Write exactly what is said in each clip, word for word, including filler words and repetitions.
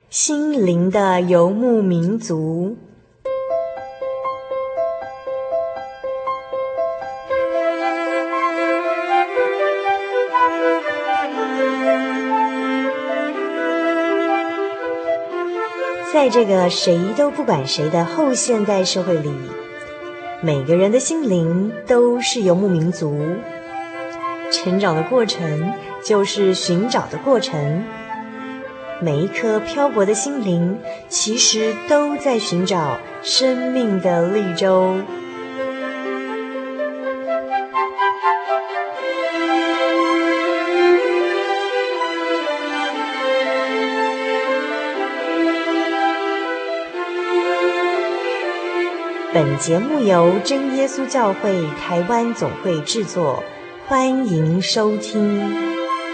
心灵的游牧民族。在这个谁都不管谁的后现代社会里，每个人的心灵都是游牧民族。成长的过程就是寻找的过程，每一颗漂泊的心灵其实都在寻找生命的绿洲。本节目由真耶稣教会台湾总会制作，欢迎收听。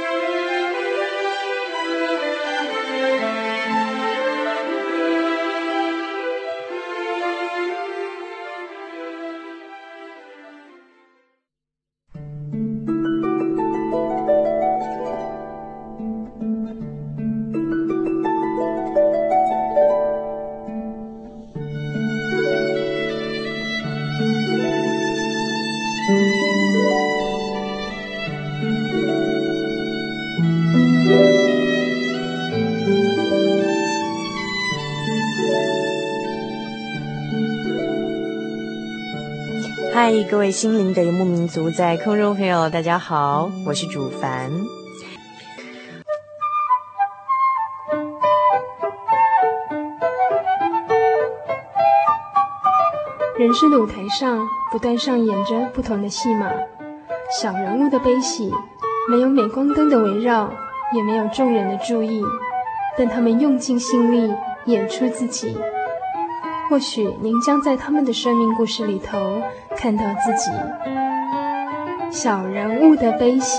嗨，各位心灵的游牧民族在空中朋友大家好，我是主凡。 人生的舞台上不断上演着不同的戏码，小人物的悲喜没有镁光灯的围绕，也没有众人的注意，但他们用尽心力演出自己。或许您将在他们的生命故事里头看到自己。小人物的悲喜。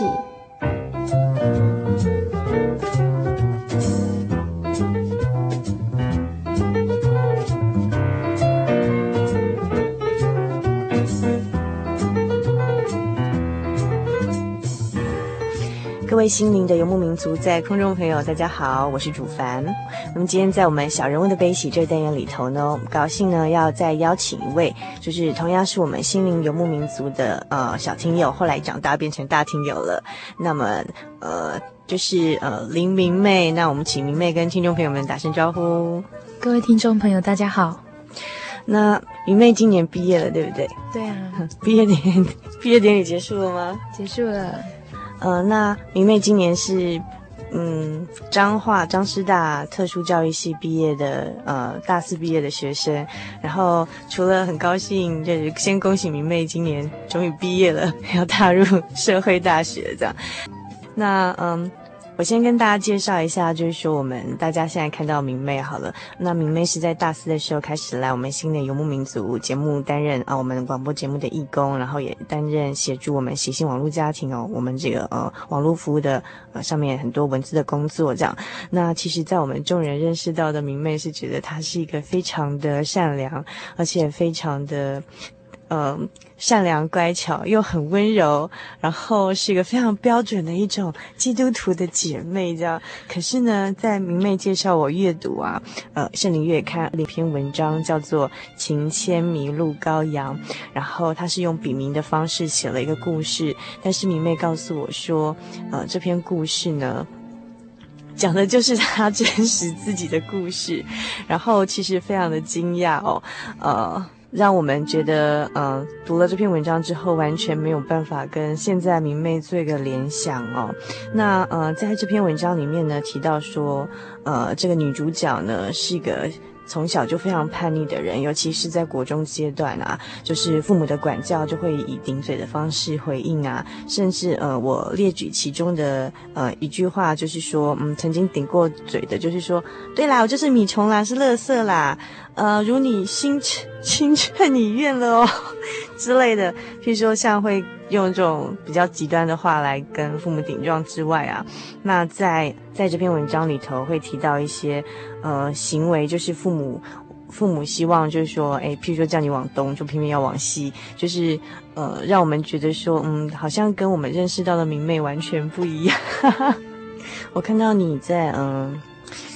各位心灵的游牧民族在空中朋友大家好，我是主凡。那么今天在我们小人物的悲喜这个单元里头呢，我们高兴呢要再邀请一位，就是同样是我们心灵游牧民族的呃小听友，后来长大变成大听友了。那么呃就是呃林明媚，那我们请明媚跟听众朋友们打声招呼。 各位听众朋友大家好。 那明媚今年毕业了对不对？ 对啊。 毕业典毕业典礼结束了吗？ 结束了。 呃，那明媚今年是嗯彰化彰师大特殊教育系毕业的呃大四毕业的学生，然后除了很高兴，就是先恭喜明媚今年终于毕业了，要踏入社会大学这样。那嗯。我先跟大家介绍一下，就是说我们大家现在看到明媚好了。那明媚是在大四的时候开始来我们新的游牧民族节目担任啊我们广播节目的义工，然后也担任协助我们喜信网络家庭哦，我们这个呃网络服务的呃上面很多文字的工作这样。那其实在我们众人认识到的明媚是觉得她是一个非常的善良，而且非常的呃，善良乖巧又很温柔，然后是一个非常标准的一种基督徒的姐妹这样。可是呢，在明媚介绍我阅读啊，呃，圣灵月刊一篇文章叫做《情牵迷路羔羊》，然后他是用笔名的方式写了一个故事，但是明媚告诉我说，呃，这篇故事呢，讲的就是他真实自己的故事，然后其实非常的惊讶哦，呃。让我们觉得呃读了这篇文章之后完全没有办法跟现在明媚做一个联想哦。那呃在这篇文章里面呢提到说呃这个女主角呢是一个从小就非常叛逆的人，尤其是在国中阶段啊，就是父母的管教就会以顶嘴的方式回应啊，甚至呃我列举其中的呃一句话，就是说嗯曾经顶过嘴的，就是说对啦，我就是米虫啦，是垃圾啦，呃如你心心劝你愿了哦之类的，譬如说像会用这种比较极端的话来跟父母顶撞之外啊，那在在这篇文章里头会提到一些呃行为，就是父母父母希望就是说，哎，譬如说叫你往东，就偏偏要往西，就是呃让我们觉得说，嗯，好像跟我们认识到的明媚完全不一样。我看到你在嗯。呃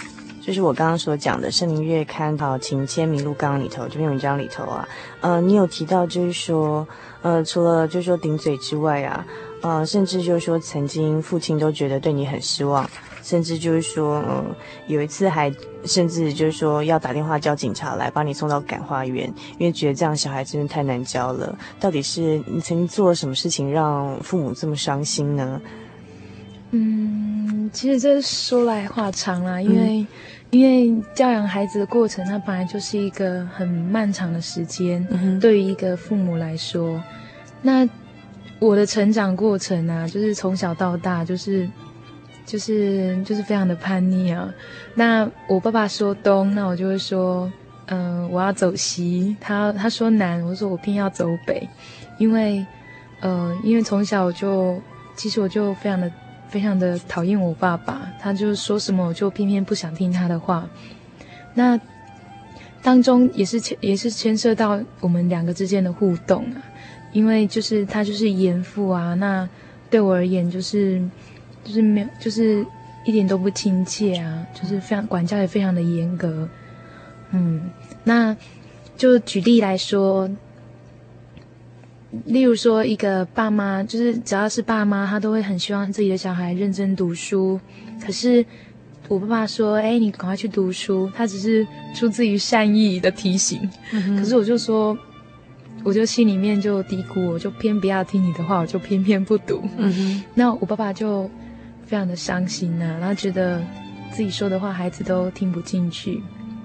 就是我刚刚所讲的《圣灵月刊》好情签名录纲里头这篇文章里头啊，呃，你有提到就是说，呃，除了就是说顶嘴之外啊，呃，甚至就是说曾经父亲都觉得对你很失望。甚至就是说，嗯，有一次还甚至就是说要打电话叫警察来把你送到感化院，因为觉得这样小孩真的太难教了。到底是你曾经做了什么事情让父母这么伤心呢？ 嗯，其实这说来话长啦，因为、嗯、因为教养孩子的过程，它本来就是一个很漫长的时间，嗯、对于一个父母来说，那我的成长过程啊，就是从小到大就是。就是就是非常的叛逆啊，那我爸爸说东，那我就会说，嗯、呃，我要走西。他他说南，我说我偏要走北，因为，呃，因为从小我就其实我就非常的非常的讨厌我爸爸，他就说什么我就偏偏不想听他的话。那当中也是牵也是牵涉到我们两个之间的互动啊，因为就是他就是严父啊，那对我而言就是。就是没有，就是一点都不亲切啊，就是非常管教也非常的严格，嗯，那就举例来说，例如说一个爸妈，就是只要是爸妈，他都会很希望自己的小孩认真读书，可是我爸爸说，哎，你赶快去读书，他只是出自于善意的提醒，嗯、可是我就说。我就心里面就嘀咕，我就偏不要听你的话，我就偏偏不读。嗯哼，那我爸爸就非常的伤心啊，然后觉得自己说的话孩子都听不进去。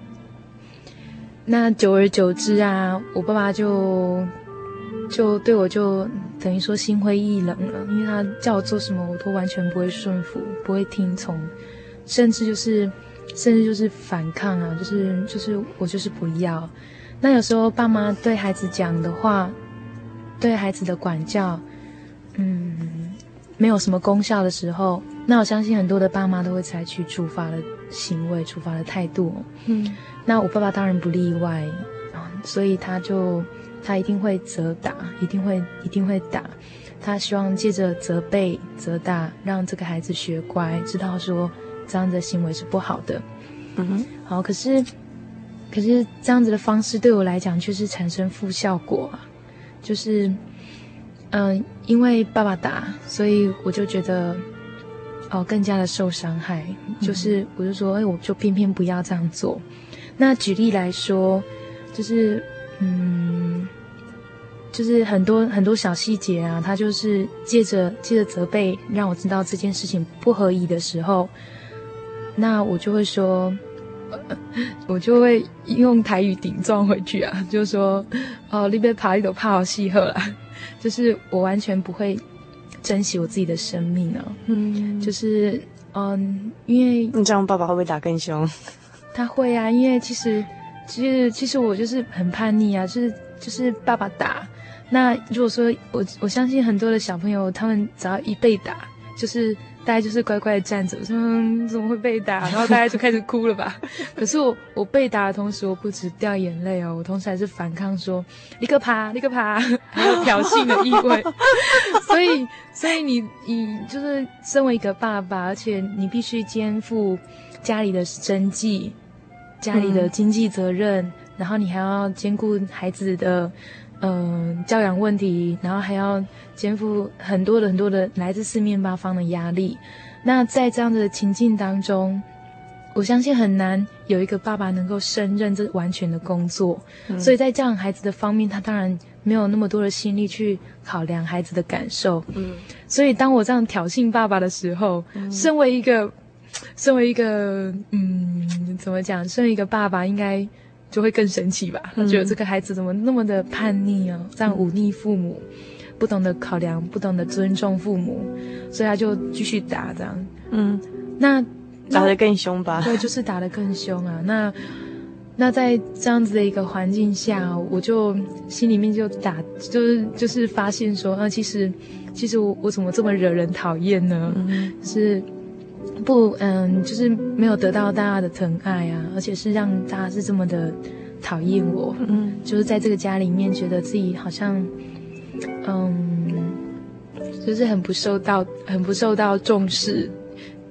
那久而久之啊，我爸爸就就对我就等于说心灰意冷了，因为他叫我做什么我都完全不会顺服，不会听从，甚至就是甚至就是反抗啊，就是就是我就是不要。那有时候爸妈对孩子讲的话，对孩子的管教，嗯，没有什么功效的时候，那我相信很多的爸妈都会采取处罚的行为、处罚的态度。嗯，那我爸爸当然不例外，所以他就他一定会责打，一定会一定会打。他希望借着责备、责打，让这个孩子学乖，知道说这样的行为是不好的。嗯哼，好，可是。可是这样子的方式对我来讲却是产生负效果啊，就是，嗯、呃，因为爸爸打，所以我就觉得，哦，更加的受伤害。就是我就说，哎，我就偏偏不要这样做。那举例来说，就是，嗯，就是很多很多小细节啊，他就是借着借着责备，让我知道这件事情不合宜的时候，那我就会说。我就会用台语顶撞回去啊，就说哦，你别爬一头怕好戏喝啦，就是我完全不会珍惜我自己的生命啊。嗯，就是嗯，因为你这样爸爸会不会打更凶？ 他会啊，因为其实其实其实我就是很叛逆啊，就是就是爸爸打。那如果说我我相信很多的小朋友，他们只要一被打，就是大概就是乖乖的站着，说、嗯、怎么会被打，然后大家就开始哭了吧。可是我我被打的同时，我不止掉眼泪哦，我同时还是反抗说立刻爬立刻爬，还有挑衅的意味。所以所以你你就是身为一个爸爸，而且你必须肩负家里的生计、家里的经济责任、嗯、然后你还要兼顾孩子的嗯、呃，教养问题，然后还要肩负很多的很多的来自四面八方的压力。那在这样的情境当中，我相信很难有一个爸爸能够胜任这完全的工作、嗯、所以在教养孩子的方面，他当然没有那么多的心力去考量孩子的感受。嗯，所以当我这样挑衅爸爸的时候，嗯、身为一个身为一个嗯怎么讲身为一个爸爸应该就会更生气吧，他觉得这个孩子怎么那么的叛逆啊，这样忤逆父母，不懂得考量，不懂得尊重父母，所以他就继续打这样。嗯，那打得更凶吧？ 对，就是打得更凶啊。那那在这样子的一个环境下，我就心里面就打，就是就是发现说，啊，其实其实我我怎么这么惹人讨厌呢？嗯，就是不，嗯，就是没有得到大家的疼爱啊，而且是让大家是这么的讨厌我。嗯，就是在这个家里面，觉得自己好像，嗯，就是很不受到很不受到重视。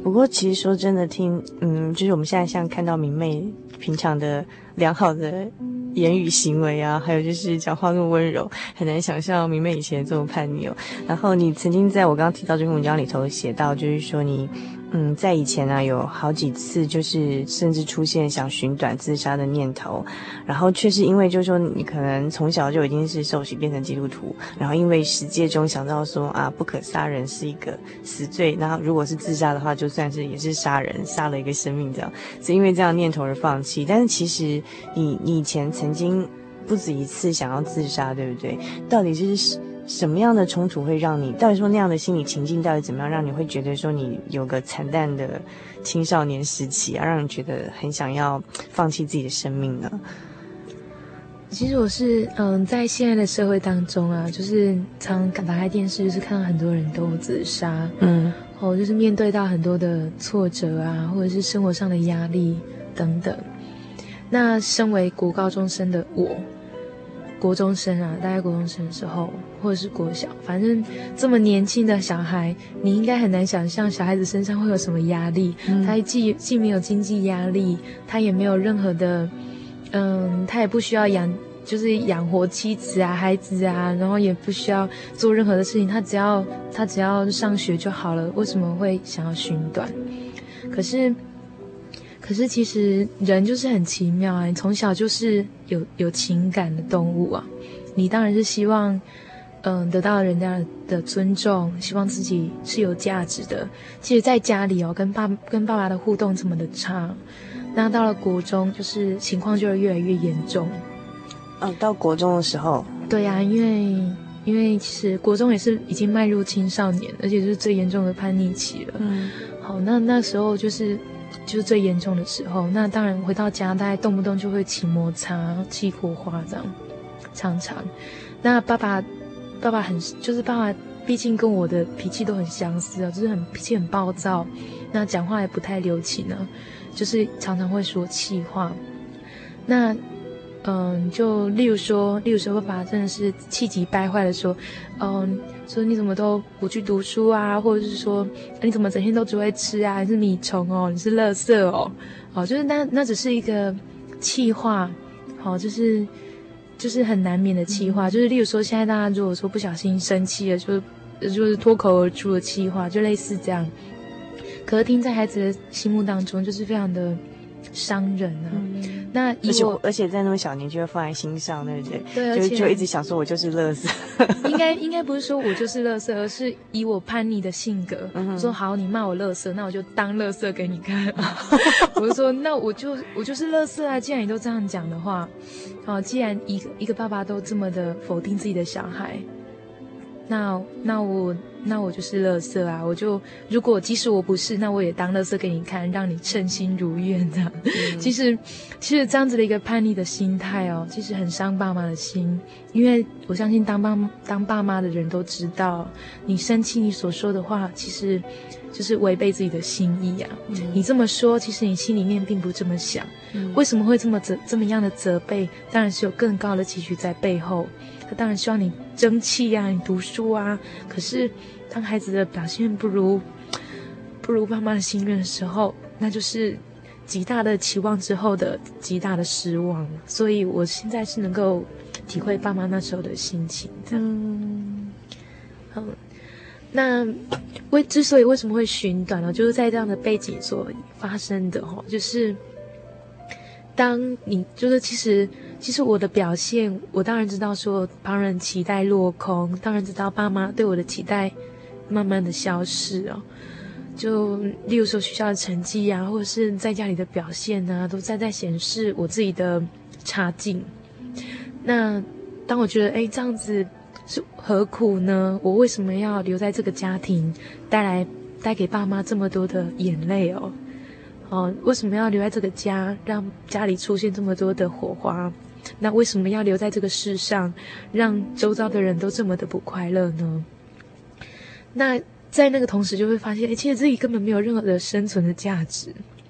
不过其实说真的听，嗯，就是我们现在像看到明媚平常的良好的言语行为啊，还有就是讲话那么温柔，很难想象明媚以前这么叛逆哦。然后你曾经在我刚刚提到这篇文章里头写到，就是说你嗯在以前啊有好几次就是甚至出现想寻短自杀的念头，然后却是因为就是说你可能从小就已经是受洗变成基督徒，然后因为十诫中想到说啊不可杀人是一个死罪，然后如果是自杀的话就算是也是杀人，杀了一个生命这样，是因为这样念头而放弃。但是其实你你以前曾经不止一次想要自杀，对不对？到底是什么样的冲突会让你，到底说那样的心理情境到底怎么样让你会觉得说你有个惨淡的青少年时期啊，让你觉得很想要放弃自己的生命呢？ 其实我是嗯，在现在的社会当中啊，就是常打开电视，就是看到很多人都自杀，嗯，哦，就是面对到很多的挫折啊，或者是生活上的压力等等。那身为国高中生的我，国中生啊，大概国中生的时候，或者是国小，反正这么年轻的小孩，你应该很难想象小孩子身上会有什么压力。嗯、他既既没有经济压力，他也没有任何的，嗯，他也不需要养，就是养活妻子啊、孩子啊，然后也不需要做任何的事情，他只要他只要上学就好了。为什么会想要寻短？可是。可是其实人就是很奇妙啊，你从小就是有有情感的动物啊，你当然是希望嗯得到人家的尊重，希望自己是有价值的。其实在家里哦，跟爸跟爸爸的互动这么的差，那到了国中就是情况就会越来越严重。 嗯，到国中的时候， 对呀、啊，因为因为其实国中也是已经迈入青少年，而且是最严重的叛逆期了。嗯，好，那那时候就是就是最严重的时候。那当然回到家，大概动不动就会起摩擦、起火花这样，常常。那爸爸爸爸很就是爸爸，毕竟跟我的脾气都很相似啊，就是很脾气很暴躁，那讲话也不太留情呢，就是常常会说气话。那嗯，就例如说，例如说，爸爸真的是气急败坏的说，嗯，说你怎么都不去读书啊，或者是说你怎么整天都只会吃啊，你是米虫哦，你是垃圾哦，哦，就是那那只是一个气话，好、哦，就是就是很难免的气话，就是例如说，现在大家如果说不小心生气了，就就是脱口而出的气话，就类似这样，可是听在孩子的心目当中，就是非常的伤人啊。嗯，那而且而且在那么小年就会放在心上，对不对？ 对， 就就一直想说我就是垃圾。 应该应该不是说我就是垃圾，而是以我叛逆的性格，嗯、说好你骂我垃圾，那我就当垃圾给你看。我就说那我就我就是垃圾啊！既然你都这样讲的话，哦，既然一个一个爸爸都这么的否定自己的小孩，那那我那我就是垃圾啊！我就如果即使我不是，那我也当垃圾给你看，让你称心如愿的。嗯、其实其实这样子的一个叛逆的心态哦，其实很伤爸妈的心，因为我相信当爸当爸妈的人都知道，你生气你所说的话，其实就是违背自己的心意啊。嗯、你这么说，其实你心里面并不这么想。嗯、为什么会这么责这么样的责备？当然是有更高的期许在背后。他当然希望你争气啊，你读书啊。可是当孩子的表现不如不如爸妈的心愿的时候，那就是极大的期望之后的极大的失望。所以我现在是能够体会爸妈那时候的心情这样。嗯，好，那为之所以为什么会寻短呢，就是在这样的背景所发生的哈，就是当你就是其实其实我的表现，我当然知道说旁人期待落空，当然知道爸妈对我的期待慢慢的消失哦。就例如说学校的成绩啊，或者是在家里的表现啊，都在在显示我自己的差劲。那当我觉得哎这样子是何苦呢？我为什么要留在这个家庭，带来带给爸妈这么多的眼泪哦？哦，为什么要留在这个家，让家里出现这么多的火花？那为什么要留在这个世上，让周遭的人都这么的不快乐呢？那在那个同时就会发现，哎，其实自己根本没有任何的生存的价值。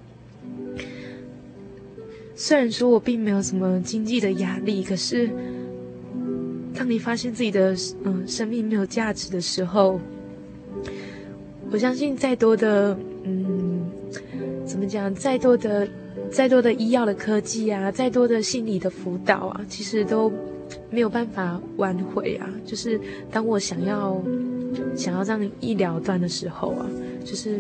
虽然说我并没有什么经济的压力，可是当你发现自己的嗯生命没有价值的时候，我相信再多的嗯。 么讲，再多的再多的医药的科技啊，再多的心理的辅导啊，其实都没有办法挽回啊。就是当我想要想要让医疗端的时候啊，就是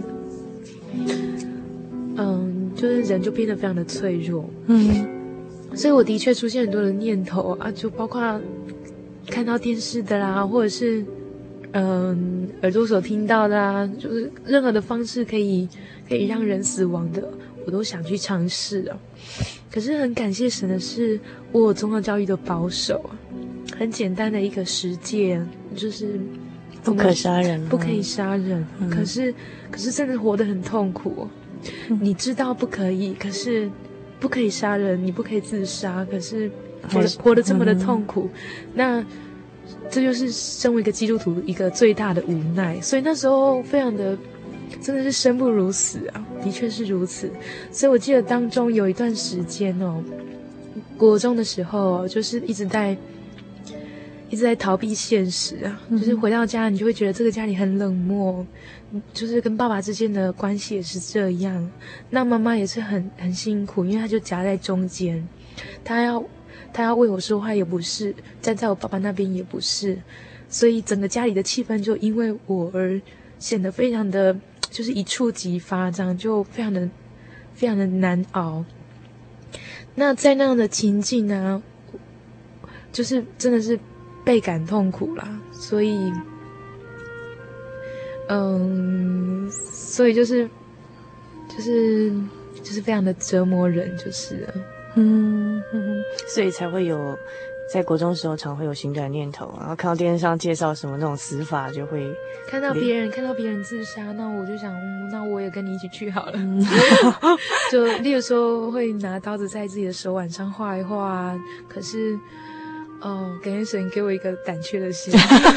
嗯，就是人就变得非常的脆弱。嗯，所以我的确出现很多的念头啊，就包括看到电视的啦，或者是嗯耳朵所听到的啦，就是任何的方式可以可以让人死亡的，我都想去尝试啊。可是很感谢神的是，我有宗教教育的保守啊，很简单的一个实践，就是不可杀人， 不可以杀人。嗯、可是可是真的活得很痛苦、嗯、你知道不可以，可是不可以杀人，你不可以自杀，可是活得活得这么的痛苦、嗯、那这就是身为一个基督徒一个最大的无奈。所以那时候非常的真的是生不如死啊，的确是如此。所以我记得当中有一段时间哦，国中的时候就是一直在一直在逃避现实啊、嗯、就是回到家你就会觉得这个家里很冷漠，就是跟爸爸之间的关系也是这样。那妈妈也是很很辛苦，因为她就夹在中间，她要她要为我说话也不是，站在我爸爸那边也不是，所以整个家里的气氛就因为我而显得非常的就是一触即发，这样就非常的非常的难熬。那在那样的情境呢，就是真的是倍感痛苦啦，所以嗯所以就是就是就是非常的折磨人，就是了嗯嗯，所以才会有在国中的时候常会有寻短念头，然后看到电视上介绍什么那种死法，就会看到别人看到别人自杀，那我就想、嗯、那我也跟你一起去好了、嗯、就例如说会拿刀子在自己的手腕上画一画，可是哦，感谢神给我一个胆怯的心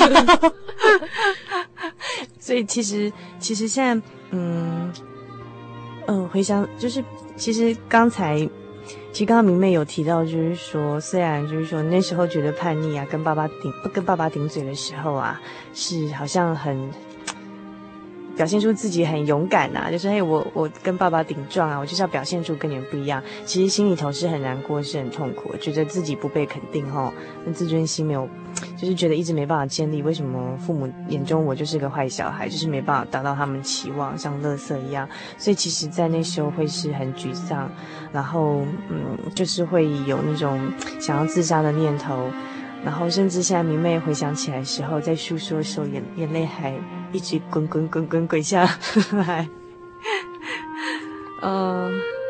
所以其实其实现在嗯嗯回想，就是其实刚才其实刚刚明媚有提到，就是说虽然就是说那时候觉得叛逆啊，跟爸爸顶不跟爸爸顶嘴的时候啊，是好像很表现出自己很勇敢啊，就是嘿我我跟爸爸顶撞啊，我就是要表现出跟你们不一样。其实心里头是很难过，是很痛苦，觉得自己不被肯定齁，那自尊心没有，就是觉得一直没办法建立。为什么父母眼中我就是个坏小孩，就是没办法达到他们期望，像垃圾一样。所以其实在那时候会是很沮丧，然后嗯，就是会有那种想要自杀的念头。然后甚至现在明媚回想起来的时候，在诉说的时候，眼眼泪还一直滚滚滚滚滚下来。呃，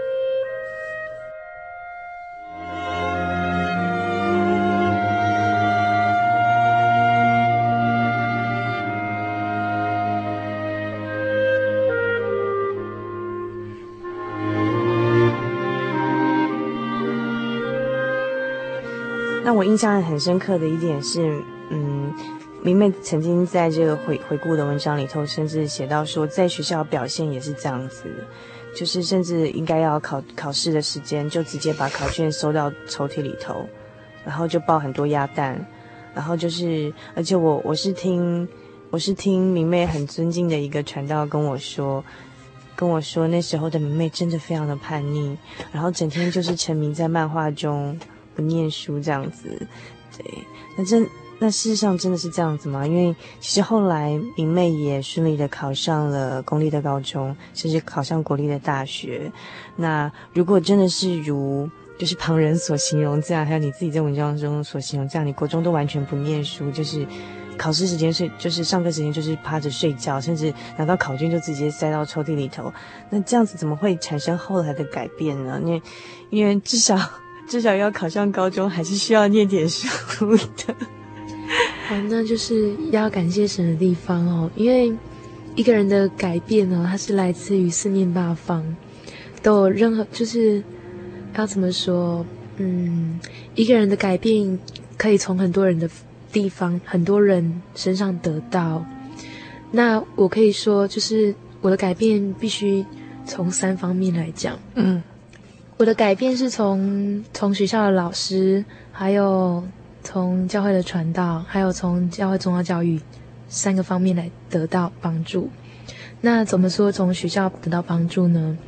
那我印象很深刻的一点是，嗯，明媚曾经在这个回回顾的文章里头，甚至写到说，在学校表现也是这样子，就是甚至应该要考考试的时间，就直接把考卷收到抽屉里头，然后就爆很多鸭蛋，然后就是，而且我我是听我是听明媚很尊敬的一个传道跟我说。跟我说那时候的明媚真的非常的叛逆，然后整天就是沉迷在漫画中，不念书这样子。对，那真那事实上真的是这样子吗？因为其实后来明媚也顺利的考上了公立的高中，甚至考上国立的大学。那如果真的是如就是旁人所形容这样，还有你自己在文章中所形容这样，你国中都完全不念书，就是考试时间睡，就是上课时间就是趴着睡觉，甚至拿到考卷就直接塞到抽屉里头。那这样子怎么会产生后来的改变呢？因为因为至少至少要考上高中，还是需要念点书的。 哦，那就是要感谢神的地方哦，因为一个人的改变呢、哦，它是来自于四面八方，都有任何就是要怎么说，嗯，一个人的改变可以从很多人的地方很多人身上得到。那我可以说就是我的改变必须从三方面来讲。嗯，我的改变是从从学校的老师，还有从教会的传道，还有从教会宗教教育三个方面来得到帮助。那怎么说从学校得到帮助呢？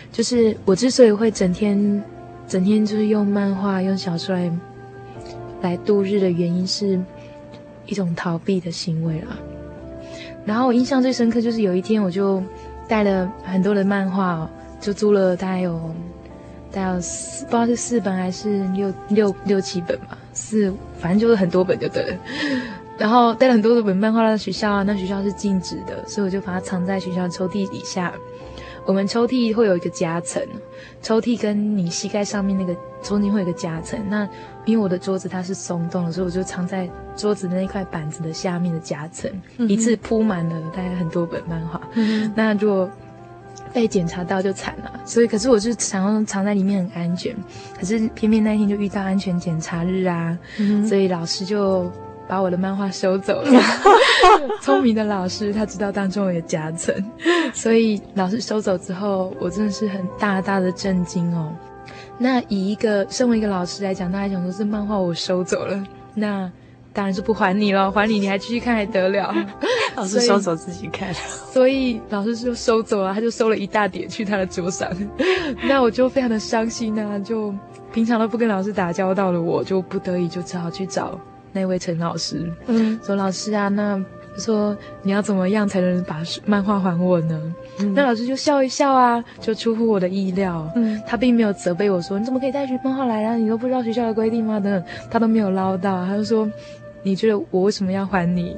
就是我之所以会整天整天就是用漫画用小说来来度日的原因，是一种逃避的行为啦。然后我印象最深刻就是有一天我就带了很多的漫画哦，就租了大概有大概有四不知道是四本还是六六六七本吧，四反正就是很多本就对了。然后带了很多的本漫画到学校啊，那学校是禁止的，所以我就把它藏在学校的抽屉底下。我们抽屉会有一个夹层，抽屉跟你膝盖上面那个中间会有一个夹层。那因为我的桌子它是松动的，所以我就藏在桌子的那块板子的下面的夹层，嗯、一次铺满了大概很多本漫画。嗯、那如果被检查到就惨了，所以可是我就想要藏在里面很安全，可是偏偏那一天就遇到安全检查日啊，嗯、所以老师就把我的漫画收走了。聪明的老师他知道当中有夹层，所以老师收走之后，我真的是很大大的震惊哦。那以一个身为一个老师来讲，大家讲说是漫画我收走了，那当然是不还你了，还你你还继续看还得了？ 老师收走自己看， 所以老师就收走了，他就收了一大叠去他的桌上。那我就非常的伤心啊，就平常都不跟老师打交道的我，就不得已就只好去找那位陈老师，嗯，说老师啊，那说你要怎么样才能把漫画还我呢？嗯、那老师就笑一笑啊，就出乎我的意料，嗯，他并没有责备我说你怎么可以带学漫画来啊？你都不知道学校的规定吗？等等，他都没有唠叨，他就说你觉得我为什么要还你？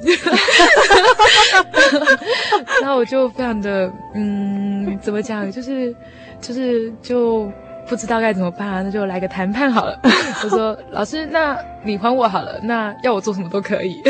然后我就非常的嗯，怎么讲，就是就是就。不知道该怎么办啊，那就来个谈判好了。我说老师，那你还我好了，那要我做什么都可以。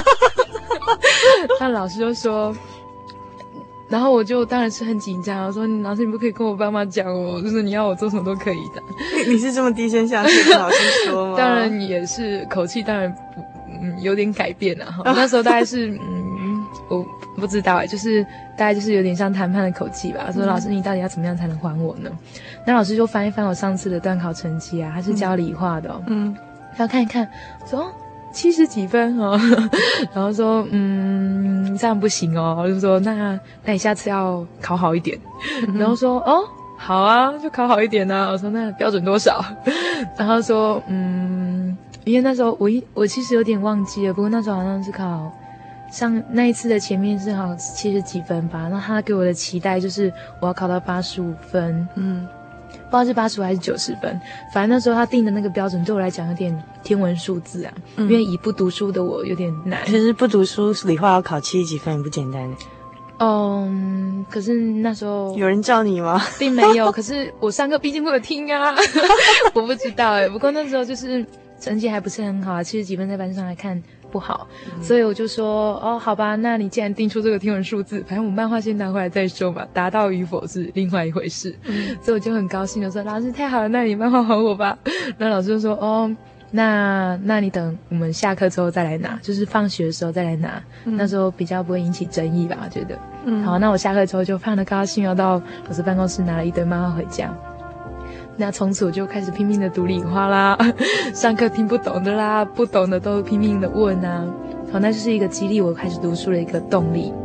那老师就说，然后我就当然是很紧张，我说老师你不可以跟我爸妈讲哦，就是你要我做什么都可以的。 你是这么低声下气跟老师说吗？ 当然也是口气当然不嗯有点改变了哈。那时候大概是嗯我不知道哎，就是大概就是有点像谈判的口气吧。说老师你到底要怎么样才能还我呢？那老师就翻一翻我上次的段考成绩啊，他是教理化的、哦，嗯，他看一看，说哦七十几分哦，然后说嗯这样不行哦，就说那那你下次要考好一点，嗯、然后说哦好啊，就考好一点啊。我说那标准多少？然后说嗯，因为那时候我一我其实有点忘记了，不过那时候好像是考。上那一次的前面是好像七十几分吧，那他给我的期待就是我要考到八十五分，嗯，不知道是八十五还是九十分，反正那时候他定的那个标准对我来讲有点天文数字啊，嗯、因为以不读书的我有点难。 其实不读书理化要考七十几分也不简单。 嗯，可是那时候有人叫你吗？ 并没有，可是我上课毕竟会有听啊，我不知道哎、欸。不过那时候就是成绩还不是很好啊，七十几分在班上来看。不好，嗯、所以我就说哦，好吧，那你既然定出这个天文数字，反正我漫画先拿回来再说嘛，达到与否是另外一回事。嗯、所以我就很高兴的说，老师太好了，那你漫画还我吧。那老师就说哦，那那你等我们下课之后再来拿，就是放学的时候再来拿，嗯、那时候比较不会引起争议吧，我觉得。嗯、好，那我下课之后就非常的高兴，要到老师办公室拿了一堆漫画回家。那从此我就开始拼命的读理化啦，上课听不懂的啦，不懂的都拼命的问啊，好，那就是一个激励我开始读书的一个动力。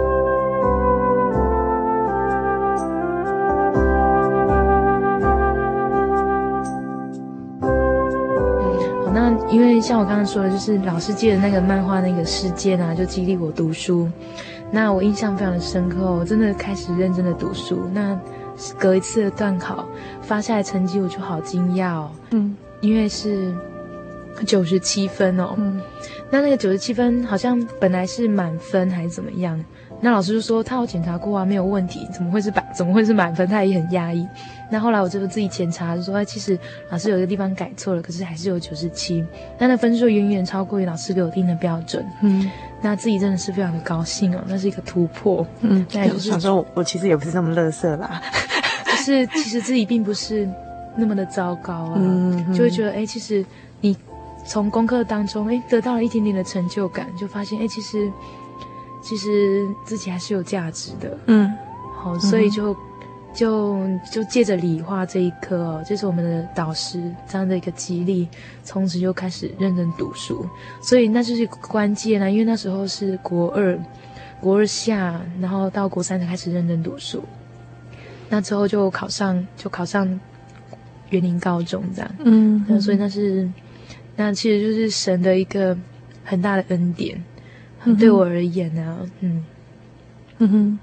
好，那因为像我刚刚说的，就是老师借的那个漫画那个事件啊，就激励我读书。那我印象非常的深刻，我真的开始认真的读书。那隔一次的段考发下来成绩，我就好惊讶哦，嗯，因为是九十七分哦，嗯，那那个九十七分好像本来是满分还是怎么样，那老师就说他有检查过啊，没有问题，怎么会是百怎么会是满分？他也很压抑。那后来我就自己检查，就说哎，其实老师有一个地方改错了，可是还是有九十七，那那分数远远超过于老师给我定的标准，嗯。那自己真的是非常的高兴哦，那是一个突破。嗯， 那就是想说我，我其实也不是那么垃圾啦， 就是其实自己并不是那么的糟糕啊，嗯嗯、就会觉得哎，其实你从功课当中哎得到了一点点的成就感，就发现哎，其实其实自己还是有价值的。嗯，好，所以就。就就借着理化这一科哦，这是我们的导师这样的一个激励，从此就开始认真读书，所以那就是一个关键啊，因为那时候是国二，国二下，然后到国三才开始认真读书。 那之后就考上就考上园林高中这样， 嗯， 那所以那是那其实就是神的一个很大的恩典，嗯、对我而言呢、啊，嗯嗯哼。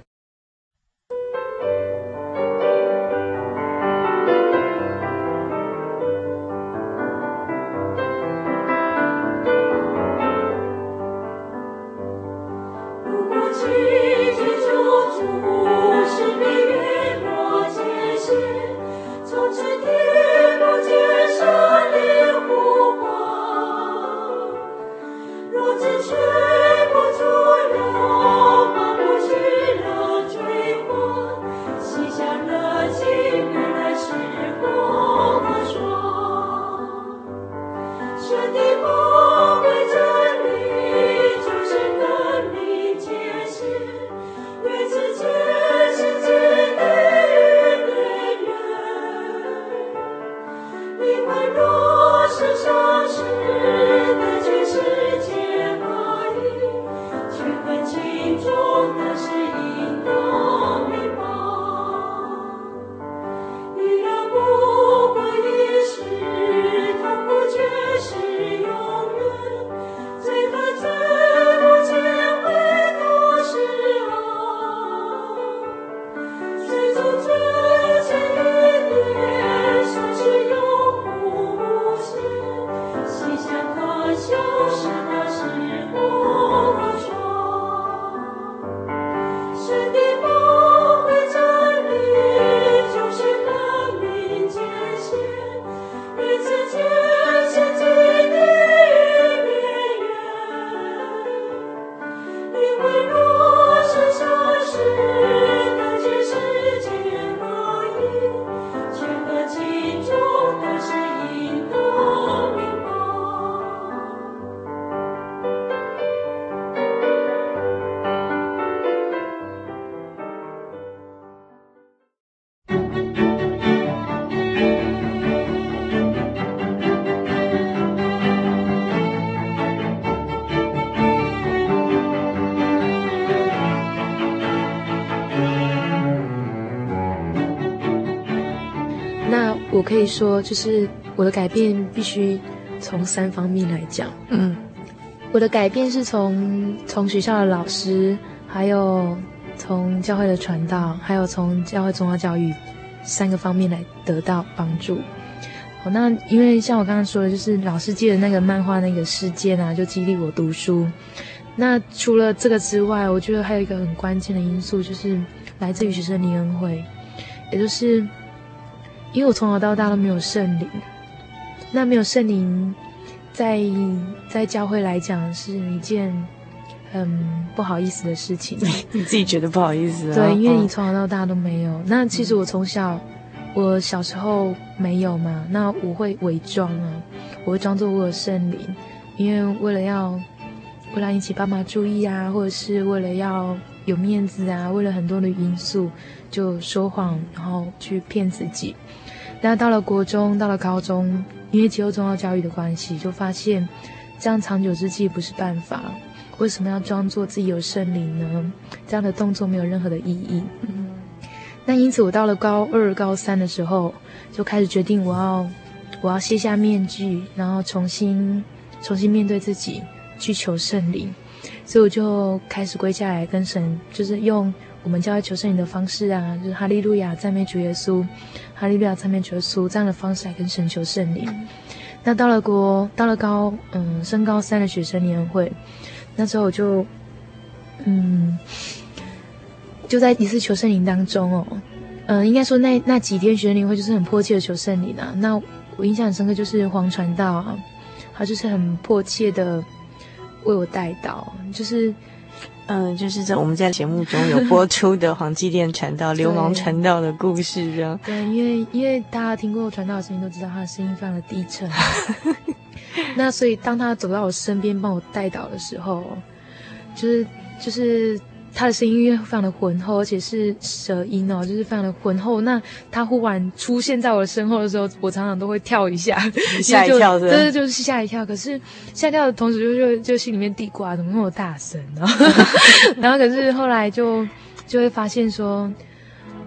我可以说，就是我的改变必须从三方面来讲。 嗯， 我的改变是从从学校的老师，还有从教会的传道，还有从教会宗教教育三个方面来得到帮助。好，那因为像我刚刚说的，就是老师借的那个漫画那个事件啊，就激励我读书。那除了这个之外，我觉得还有一个很关键的因素，就是来自于学生灵恩会，也就是因为我从小到大都没有圣灵，那没有圣灵，在在教会来讲是一件很不好意思的事情。 你自己觉得不好意思啊？ 对，因为你从小到大都没有。那其实我从小，我小时候没有嘛，那我会伪装啊，我会装作我有圣灵，因为为了要为了引起爸妈注意啊，或者是为了要有面子啊，为了很多的因素就说谎，然后去骗自己。但到了国中，到了高中，因为接受宗教教育的关系，就发现这样长久之计不是办法。为什么要装作自己有圣灵呢？这样的动作没有任何的意义。嗯，那因此我到了高二、高三的时候，就开始决定我要我要卸下面具，然后重新重新面对自己，去求圣灵。所以我就开始跪下来跟神，就是用我们教会求圣灵的方式啊，就是哈利路亚赞美主耶稣，哈利路亚赞美主耶稣这样的方式来跟神求圣灵。那到了国到了高嗯升高三的学生联会，那时候我就嗯就在一次求圣灵当中哦，嗯、呃、应该说那那几天学生联会就是很迫切的求圣灵啊。那我印象很深刻就是黄传道啊，他就是很迫切的为我代祷，就是嗯，就是在我们在节目中有播出的黄继殿传道、流氓传道的故事，这样。 对，因为因为大家听过传道的声音都知道他的声音非常的低沉，那所以当他走到我身边帮我代祷的时候，就是就是他的声音因为非常的浑厚，而且是舌音哦，就是非常的浑厚。那他忽然出现在我的身后的时候，我常常都会跳一下， 吓一跳的， 对对，就是吓一跳。可是吓一跳的同时就，就就就心里面地瓜怎么那么大声呢？然后可是后来就就会发现说，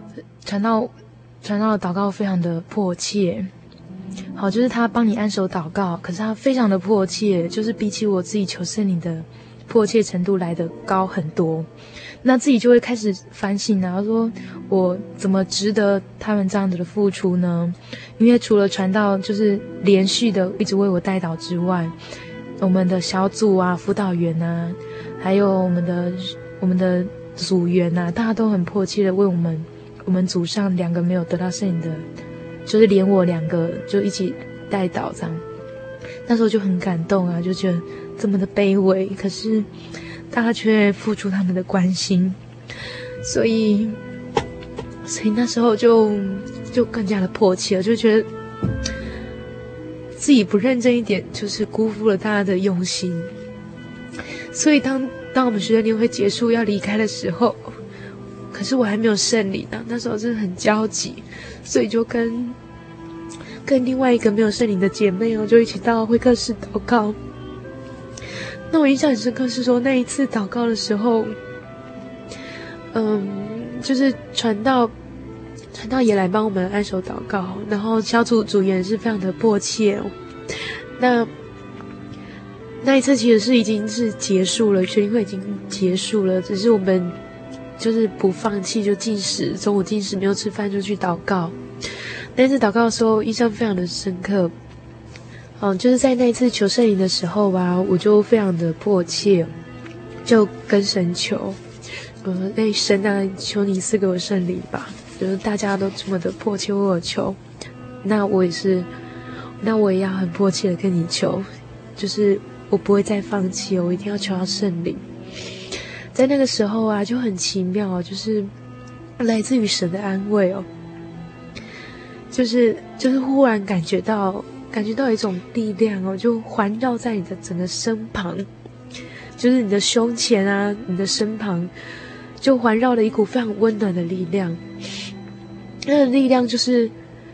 传道传道的祷告非常的迫切。好，就是他帮你按手祷告，可是他非常的迫切，就是比起我自己求圣灵的迫切程度来得高很多。那自己就会开始反省啊，说我怎么值得他们这样子的付出呢？因为除了传道就是连续的一直为我代祷之外，我们的小组啊、辅导员啊，还有我们的我们的组员啊，大家都很迫切的为我们我们组上两个没有得到圣灵的，就是连我两个就一起代祷这样。那时候就很感动啊，就觉得这么的卑微，可是大家却付出他们的关心，所以所以那时候就就更加的迫切了，就觉得自己不认真一点，就是辜负了大家的用心。所以当当我们学生年会结束要离开的时候，可是我还没有圣灵啊，那时候真的很焦急，所以就跟跟另外一个没有圣灵的姐妹哦，就一起到会客室祷告。那我印象很深刻是说，那一次祷告的时候，嗯，就是传道传道也来帮我们按手祷告，然后小组组员是非常的迫切哦。那那一次其实是已经是结束了，学龄会已经结束了，只是我们就是不放弃，就禁食，中午禁食没有吃饭就去祷告。那一次祷告的时候，印象非常的深刻。嗯，就是在那一次求圣灵的时候吧，我就非常的迫切，就跟神求，呃，那神啊，求你赐给我圣灵吧。就是大家都这么的迫切为我求，那我也是，那我也要很迫切的跟你求，就是我不会再放弃，我一定要求到圣灵。在那个时候啊，就很奇妙，就是来自于神的安慰哦，就是就是忽然感觉到。感觉到一种力量哦，就环绕在你的整个身旁，就是你的胸前啊，你的身旁，就环绕了一股非常温暖的力量。那个力量就是，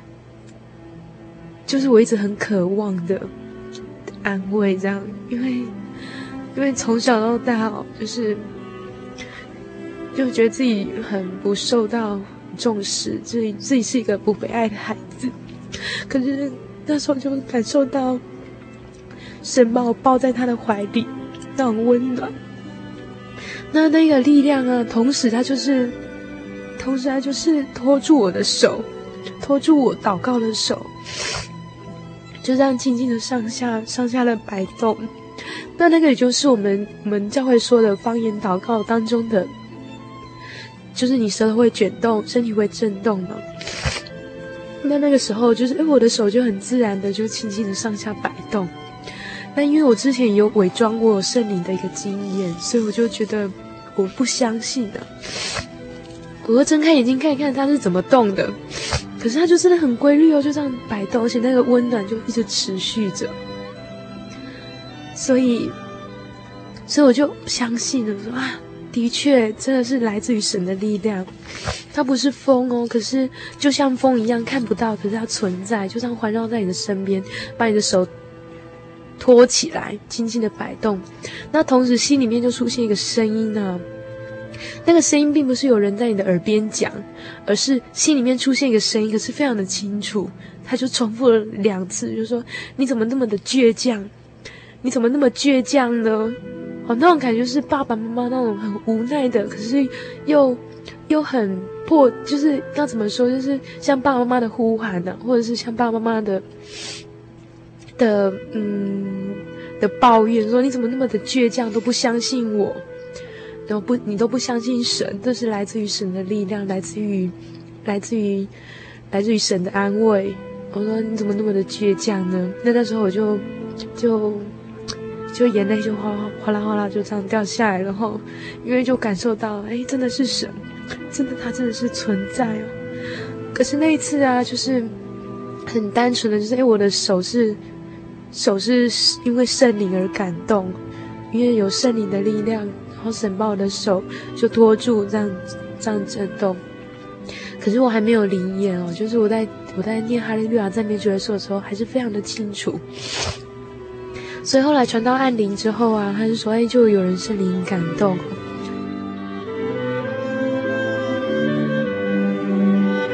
就是我一直很渴望的安慰，这样，因为因为从小到大哦，就是就觉得自己很不受到重视，自己自己是一个不被爱的孩子，可是。那时候就感受到神把我抱在他的怀里，那种温暖。那那个力量啊，同时他就是，同时他就是拖住我的手，拖住我祷告的手，就这样轻轻的上下上下的摆动。那那个也就是我们我们教会说的方言祷告当中的，就是你舌头会卷动，身体会震动嘛。那那个时候就是，哎，我的手就很自然的就轻轻的上下摆动。那因为我之前有伪装过圣灵的一个经验，所以我就觉得我不相信啊。我会睁开眼睛看一看它是怎么动的，可是它就真的很规律哦，就这样摆动，而且那个温暖就一直持续着。所以，所以我就相信了，说啊。的确，真的是来自于神的力量。它不是风哦，可是就像风一样看不到，可是它存在，就这样环绕在你的身边，把你的手托起来，轻轻的摆动。那同时心里面就出现一个声音啊，那个声音并不是有人在你的耳边讲，而是心里面出现一个声音，可是非常的清楚。他就重复了两次，就说：“你怎么那么的倔强？你怎么那么倔强呢？”哦，那种感觉是爸爸妈妈那种很无奈的，可是又又很迫，就是要怎么说，就是像爸爸妈妈的呼喊呢、啊，或者是像爸爸妈妈的的嗯的抱怨，说你怎么那么的倔强，都不相信我，然后不你都不相信神，这是来自于神的力量，来自于来自于来自于神的安慰。我说你怎么那么的倔强呢？那那时候我就就。就眼泪就哗哗啦哗啦就这样掉下来，然后因为就感受到，哎，真的是神，真的他真的是存在哦。可是那一次啊，就是很单纯的，就是哎，我的手是手是因为圣灵而感动，因为有圣灵的力量，然后神把我的手就托住，这样这样震动。可是我还没有灵验哦，就是我在我在念哈利路亚赞美主耶稣的时候，还是非常的清楚。所以后来传到按铃之后啊，他就说：“哎，就有人圣灵感动。”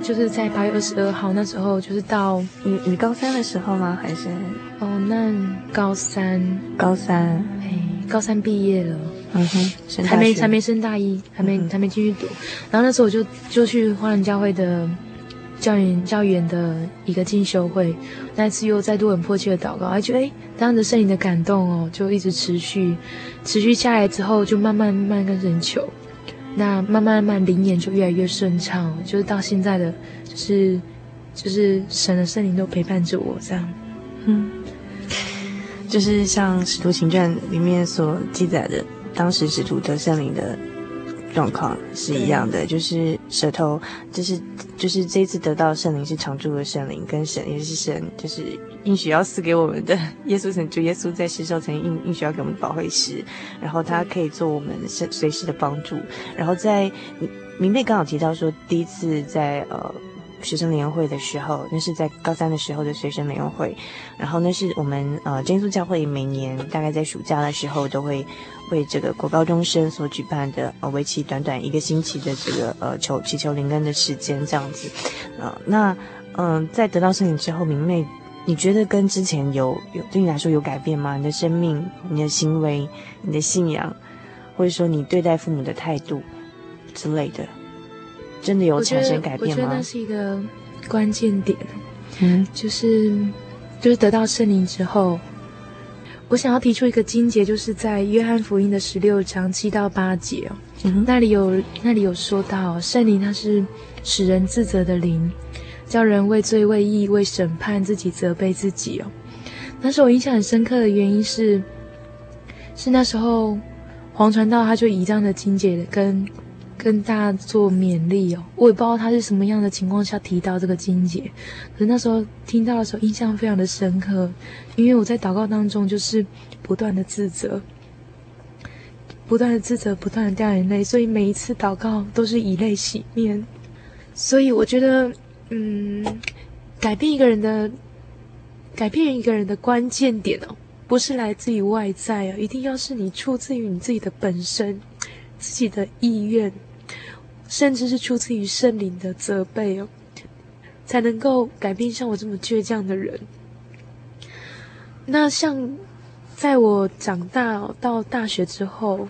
就是在八月二十二号那时候，就是到你你高三的时候吗？还是哦，那高三高三？ 哎，高三毕业了， 嗯哼， 还没还没升大一，还没、嗯、还没继续读。然后那时候我就就去花莲教会的教员教员的一个进修会，那次又再度很迫切的祷告，还觉得哎，当着圣灵的感动哦，就一直持续持续下来之后，就慢慢慢慢跟神求。那慢慢慢灵言就越来越顺畅，就是到现在的，就是就是神的圣灵都陪伴着我这样， 嗯，就是像《使徒行传》里面所记载的，当时使徒得圣灵的状况是一样的，就是舌头，就是就是这一次得到圣灵是常住的圣灵，跟神也是神，就是应许要赐给我们的耶稣曾主耶稣在世时候曾应应许要给我们保惠师，然后他可以做我们随时的帮助。然后在明妹刚好提到说，第一次在呃学生联会的时候，那是在高三的时候的学生联会，然后那是我们呃真耶稣教会每年大概在暑假的时候都会为这个国高中生所举办的呃为期短短一个星期的这个呃求祈求灵恩的时间这样子，呃那嗯、呃、在得到圣灵之后，明妹你觉得跟之前有有对你来说有改变吗？你的生命、你的行为、你的信仰，或者说你对待父母的态度之类的，真的有产生改变吗？ 我觉得那是一个关键点，嗯，就是就是得到圣灵之后，我想要提出一个经节，就是在约翰福音的十六章七到八节哦，嗯、那里有那里有说到圣灵它是使人自责的灵，叫人为罪为义为审判自己责备自己哦。那时候我印象很深刻的原因是，是那时候黄传道他就以这样的经节跟跟大家做勉励哦，我也不知道他是什么样的情况下提到这个经节，可是那时候听到的时候印象非常的深刻，因为我在祷告当中就是不断的自责，不断的自责，不断的掉眼泪，所以每一次祷告都是以泪洗面。所以我觉得，嗯，改变一个人的，改变一个人的关键点哦，不是来自于外在哦，一定要是你出自于你自己的本身，自己的意愿。甚至是出自于圣灵的责备哦，才能够改变像我这么倔强的人。那像在我长大、哦、到大学之后，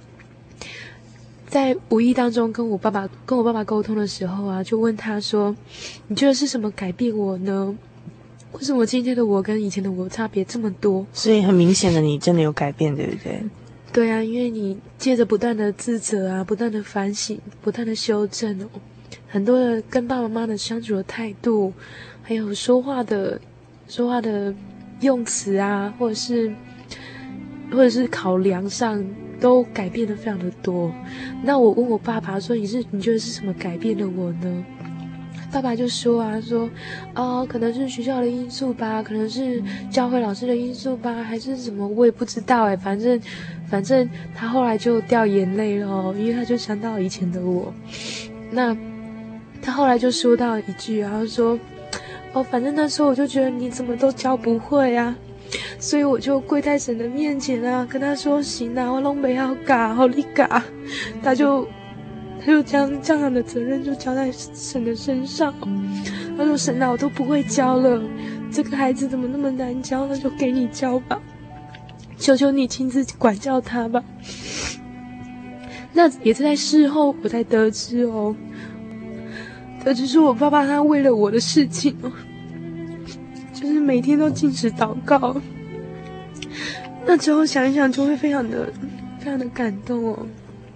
在无意当中跟我爸爸跟我爸爸沟通的时候啊，就问他说：“你觉得是什么改变我呢？为什么今天的我跟以前的我差别这么多？” 所以很明显的，你真的有改变，对不对？ 对啊，因为你借着不断的自责啊，不断的反省，不断的修正哦，很多的跟爸爸妈妈的相处的态度，还有说话的说话的用词啊，或者是或者是考量上都改变的非常的多。那我问我爸爸说：“你是你觉得是什么改变了我呢？”爸爸就说啊，说，哦，可能是学校的因素吧，可能是教会老师的因素吧，还是什么，我也不知道哎，反正，反正他后来就掉眼泪了哦，因为他就想到以前的我。那他后来就说到一句啊，他说，哦，反正那时候我就觉得你怎么都教不会啊，所以我就跪在神的面前啊，跟他说，行啊，我拢不要教，好你教，他就。他就将这样的责任就交在神的身上，他说：“神啊，我都不会教了，这个孩子怎么那么难教？那就给你教吧，求求你亲自管教他吧。”那也是在事后我才得知哦，得知是我爸爸他为了我的事情哦，就是每天都禁止祷告。那之后想一想，就会非常的、非常的感动哦。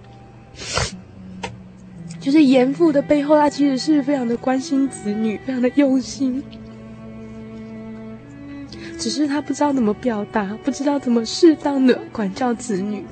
就是严父的背后，他其实是非常的关心子女，非常的用心，只是他不知道怎么表达，不知道怎么适当的管教子女。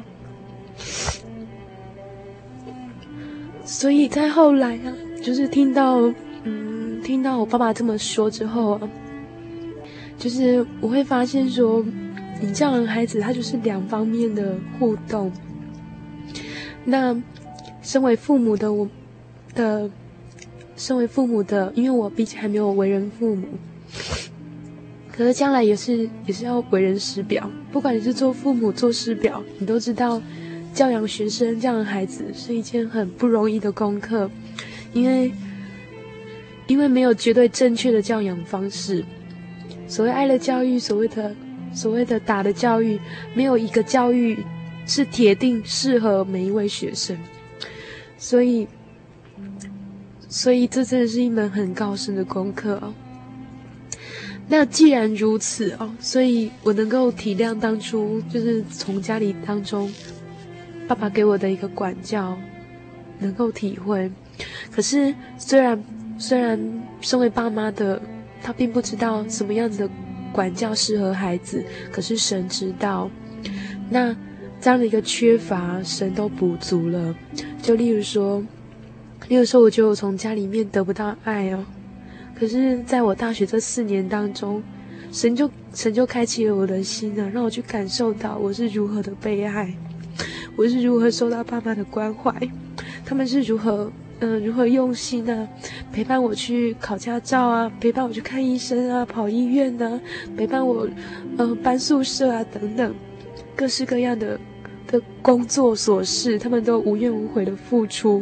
所以在后来啊，就是听到，嗯，听到我爸爸这么说之后啊，就是我会发现说，你这样的孩子，他就是两方面的互动。那身为父母的我的，身为父母的，因为我毕竟还没有为人父母，可是将来也是也是要为人师表。不管你是做父母做师表，你都知道教养学生这样的孩子是一件很不容易的功课，因为因为没有绝对正确的教养方式。所谓爱的教育，所谓的所谓的打的教育，没有一个教育是铁定适合每一位学生。所以所以这真的是一门很高深的功课哦。那既然如此哦，所以我能够体谅当初就是从家里当中爸爸给我的一个管教，能够体会。可是虽然虽然身为爸妈的他并不知道什么样子的管教适合孩子，可是神知道。那这样的一个缺乏，神都补足了。就例如说，例如说，我觉得我从家里面得不到爱哦，可是在我大学这四年当中，神就神就开启了我的心啊，让我去感受到我是如何的被爱，我是如何受到爸妈的关怀，他们是如何。嗯、呃，如何用心啊，陪伴我去考驾照啊，陪伴我去看医生啊，跑医院啊，陪伴我，呃，搬宿舍啊，等等，各式各样的的工作琐事，他们都无怨无悔的付出。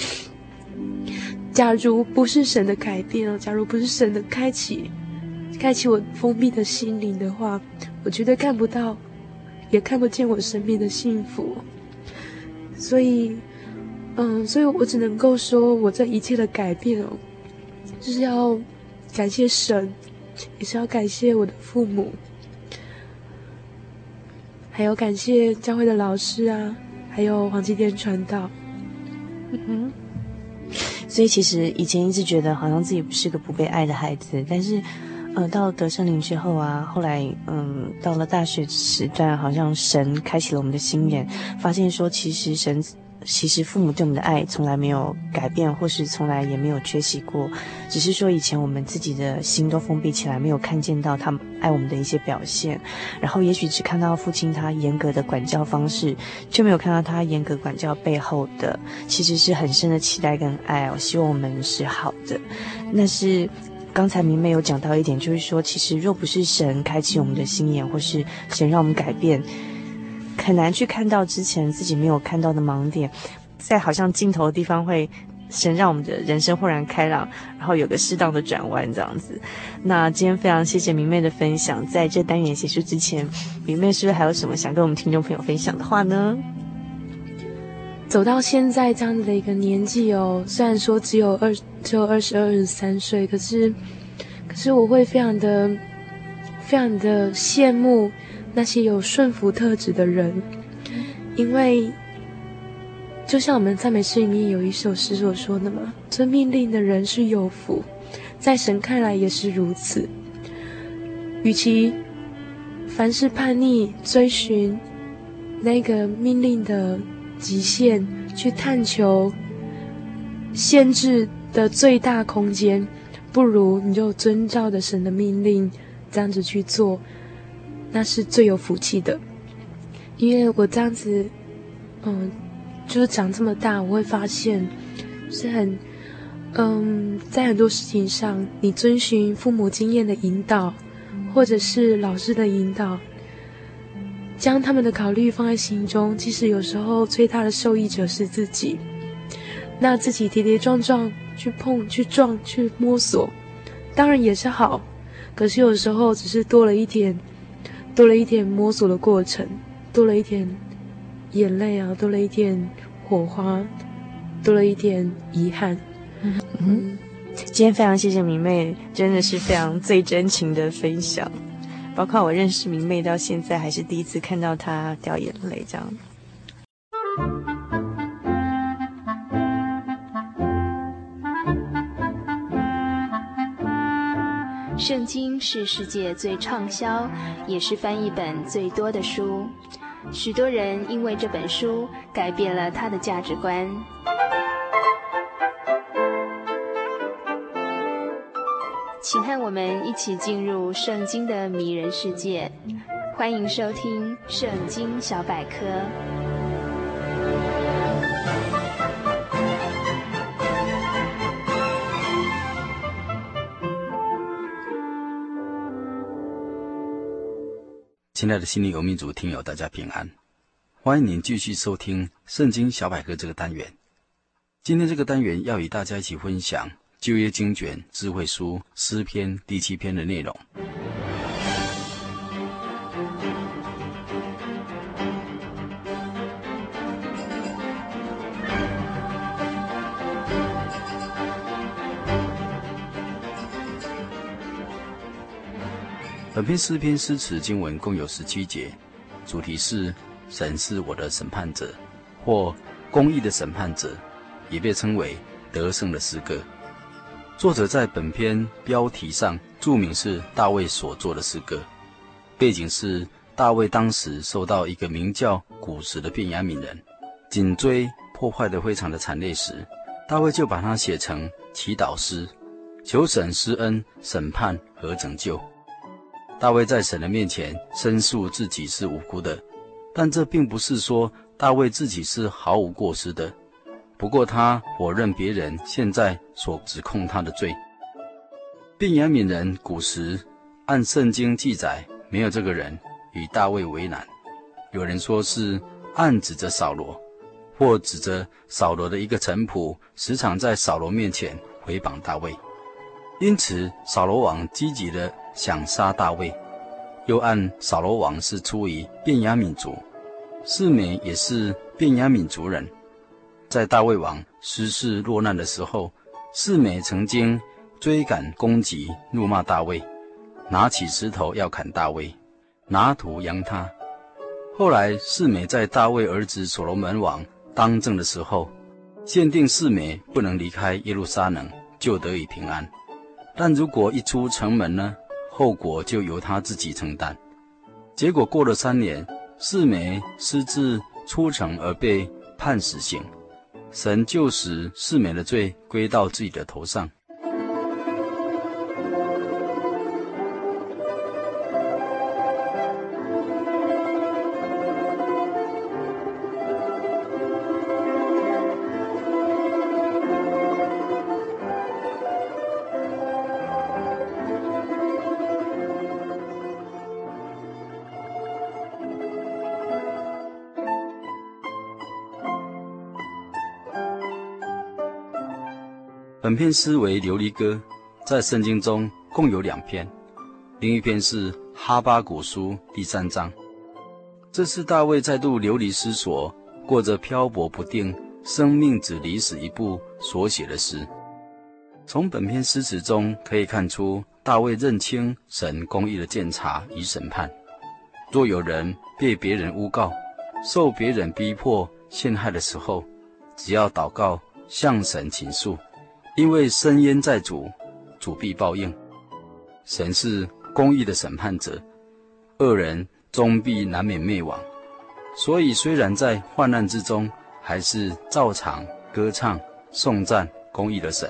假如不是神的改变啊，假如不是神的开启，开启我封闭的心灵的话，我绝对看不到，也看不见我身边的幸福。所以。嗯，所以我只能够说，我这一切的改变哦，就是要感谢神，也是要感谢我的父母，还有感谢教会的老师啊，还有黄基甸传道。 嗯哼。所以其实以前一直觉得好像自己不是个不被爱的孩子，但是，呃，到得圣灵之后啊，后来嗯，到了大学时段，好像神开启了我们的心眼，发现说其实神。其实父母对我们的爱从来没有改变，或是从来也没有缺席过，只是说以前我们自己的心都封闭起来，没有看见到他们爱我们的一些表现，然后也许只看到父亲他严格的管教方式，却没有看到他严格管教背后的其实是很深的期待跟爱哦，希望我们是好的。那是刚才明媚有讲到一点，就是说其实若不是神开启我们的心眼，或是神让我们改变，很难去看到之前自己没有看到的盲点，在好像尽头的地方会神让我们的人生豁然开朗，然后有个适当的转弯这样子。那今天非常谢谢明媚的分享，在这单元结束之前，明媚是不是还有什么想跟我们听众朋友分享的话呢？ 走到现在这样子的一个年纪哦，虽然说只有二只有二十二、二十三岁，可是可是我会非常的非常的羡慕那些有顺服特质的人，因为就像我们赞美诗里面有一首诗所说的嘛，遵命令的人是有福，在神看来也是如此。与其凡是叛逆追寻那个命令的极限，去探求限制的最大空间，不如你就遵照着神的命令这样子去做，那是最有福气的。因为我这样子嗯就是长这么大，我会发现是很嗯在很多事情上，你遵循父母经验的引导，或者是老师的引导，将他们的考虑放在心中，即使有时候最大的受益者是自己，那自己跌跌撞撞去碰去撞去摸索，当然也是好，可是有时候只是多了一点多了一点摸索的过程，多了一点眼泪啊，多了一点火花，多了一点遗憾。嗯嗯，今天非常谢谢明媚，真的是非常最真情的分享，包括我认识明媚到现在还是第一次看到她掉眼泪这样。 圣经是世界最畅销，也是翻译本最多的书。许多人因为这本书改变了他的价值观。请和我们一起进入圣经的迷人世界，欢迎收听《圣经小百科》。 亲爱的心灵游民族听友，大家平安，欢迎您继续收听《圣经小百科》这个单元。今天这个单元要与大家一起分享旧约经卷智慧书诗篇第七篇的内容。本篇诗篇诗词经文共有十七节，主题是神是我的审判者，或公义的审判者，也被称为得胜的诗歌。作者在本篇标题上注明是大卫所作的诗歌，背景是大卫当时受到一个名叫古时的便雅悯人紧追破坏得非常的惨烈时，大卫就把它写成祈祷诗，求神施恩审判和拯救。大卫在神的面前申诉自己是无辜的，但这并不是说大卫自己是毫无过失的，不过他否认别人现在所指控他的罪。便雅悯人古时按圣经记载没有这个人与大卫为难，有人说是暗指着扫罗，或指着扫罗的一个臣仆时常在扫罗面前毁谤大卫，因此扫罗王积极地想杀大卫，又按扫罗王是出于便雅悯族，示每也是便雅悯族人。在大卫王失势落难的时候，示每曾经追赶攻击怒骂大卫，拿起石头要砍大卫，拿土扬他。后来示每在大卫儿子所罗门王当政的时候，限定示每不能离开耶路撒冷，就得以平安。但如果一出城门呢，后果就由他自己承担。结果过了三年，示每私自出城而被判死刑，神就使示每的罪归到自己的头上。本篇诗为流离歌，在圣经中共有两篇，另一篇是哈巴谷书第三章。这是大卫再度流离失所，过着漂泊不定、生命只离死一步所写的诗。从本篇诗词中可以看出，大卫认清神公义的鉴察与审判。若有人被别人诬告，受别人逼迫陷害的时候，只要祷告向神倾诉，因为深渊在主，主必报应。神是公义的审判者，恶人终必难免灭亡。所以虽然在患难之中，还是照常歌唱颂赞公义的神。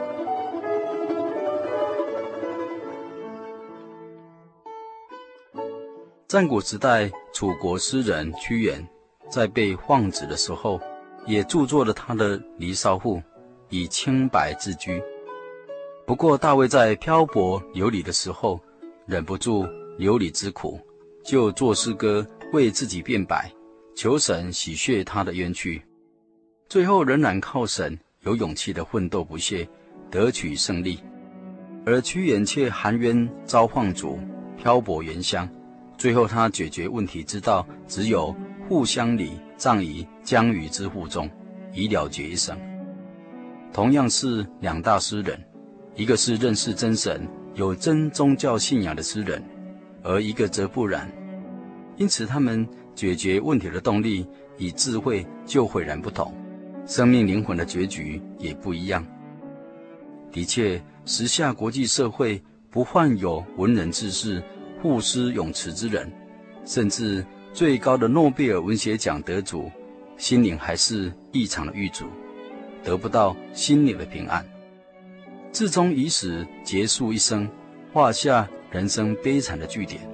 战国时代楚国诗人屈原在被放逐的时候，也著作了他的《离骚赋》，以清白自居。不过大卫在漂泊流离的时候，忍不住流离之苦，就作诗歌为自己辩白，求神洗却他的冤屈。最后仍然靠神有勇气的奋斗不懈，得取胜利。而屈原却含冤遭放逐，漂泊原乡。最后他解决问题之道，只有互相礼，葬于江鱼之腹中，以了结一生。同样是两大诗人，一个是认识真神、有真宗教信仰的诗人，而一个则不然。因此他们解决问题的动力与智慧就迥然不同，生命灵魂的结局也不一样。的确，时下国际社会不患有文人志士、赋诗咏词之人，甚至最高的诺贝尔文学奖得主，心灵还是异常的郁卒，得不到心灵的平安，至终以死结束一生，画下人生悲惨的句点。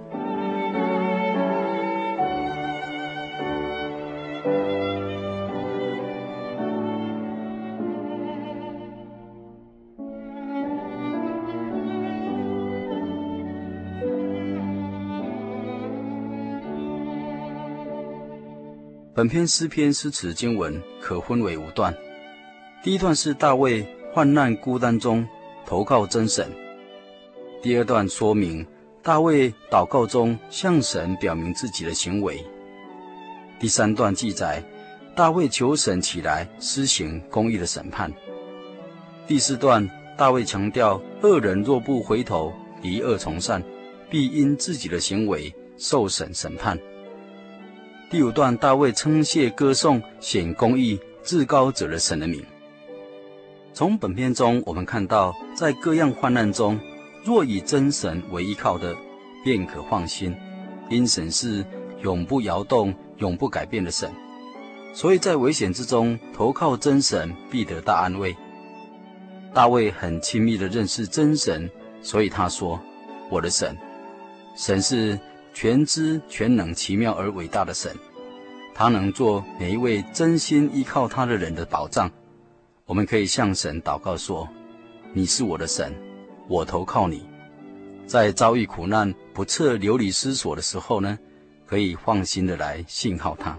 本篇诗篇诗词经文可分为五段。第一段是大卫患难孤单中投靠真神。第二段说明大卫祷告中向神表明自己的行为。第三段记载大卫求神起来施行公义的审判。第四段大卫强调恶人若不回头离恶从善，必因自己的行为受审审判。第五段大卫称谢歌颂显公义至高者的神的名。从本篇中我们看到，在各样患难中，若以真神为依靠的，便可放心，因神是永不摇动永不改变的神，所以在危险之中投靠真神必得大安慰。大卫很亲密地认识真神，所以他说，我的神，神是全知全能奇妙而伟大的神，他能做每一位真心依靠他的人的保障。我们可以向神祷告说，你是我的神，我投靠你。在遭遇苦难不测流离失所的时候呢，可以放心的来信靠他。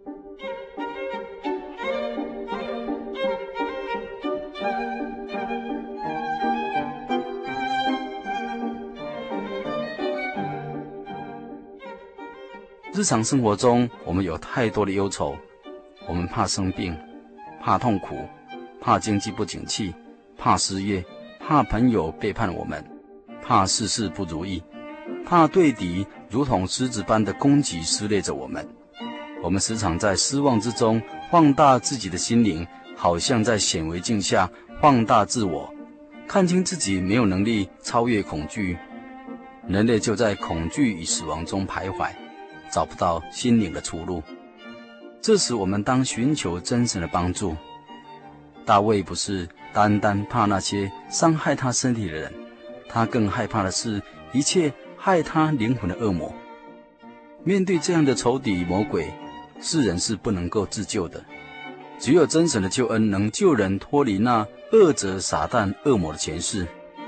日常生活中，我们有太多的忧愁，我们怕生病，怕痛苦，怕经济不景气，怕失业，怕朋友背叛我们，怕事事不如意，怕对敌如同狮子般的攻击撕裂着我们。我们时常在失望之中放大自己的心灵，好像在显微镜下放大自我，看清自己没有能力超越恐惧。人类就在恐惧与死亡中徘徊，找不到心灵的出路。这时我们当寻求真神的帮助。大卫不是单单怕那些伤害他身体的人，他更害怕的是一切害他灵魂的恶魔。面对这样的仇敌魔鬼，世人是不能够自救的，只有真神的救恩能救人脱离那恶者撒旦恶魔的权势。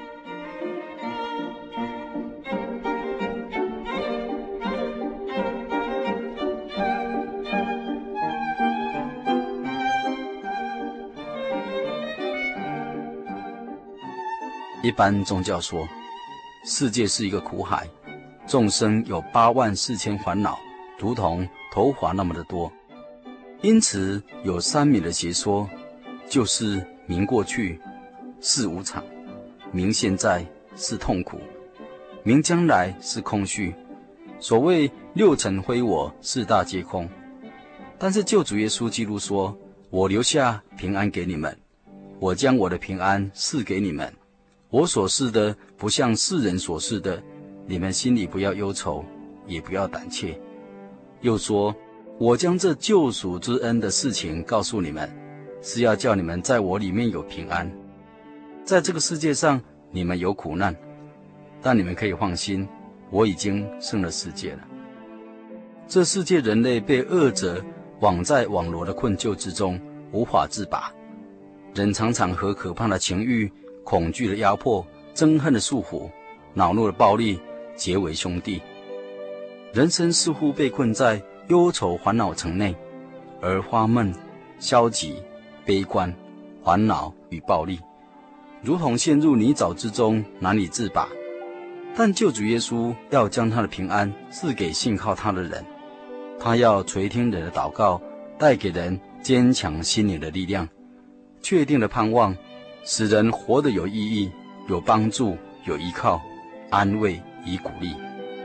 一般宗教说，世界是一个苦海，众生有八万四千烦恼，如同头发那么的多。因此有三明的邪说，就是明过去是无常，明现在是痛苦，明将来是空虚。所谓六尘非我，四大皆空。但是救主耶稣基督说，我留下平安给你们，我将我的平安赐给你们，我所示的不像世人所示的，你们心里不要忧愁，也不要胆怯。又说，我将这救赎之恩的事情告诉你们，是要叫你们在我里面有平安。在这个世界上你们有苦难，但你们可以放心，我已经胜了世界了。这世界人类被恶者网在网罗的困窘之中，无法自拔。人常常和可怕的情欲、恐惧的压迫、憎恨的束缚、恼怒的暴力结为兄弟。人生似乎被困在忧愁烦恼城内，而发闷、消极、悲观、烦恼与暴力，如同陷入泥沼之中，难以自拔。但救主耶稣要将他的平安赐给信靠他的人，他要垂听人的祷告，带给人坚强心灵的力量，确定的盼望，使人活得有意义、有帮助、有依靠、安慰与鼓励。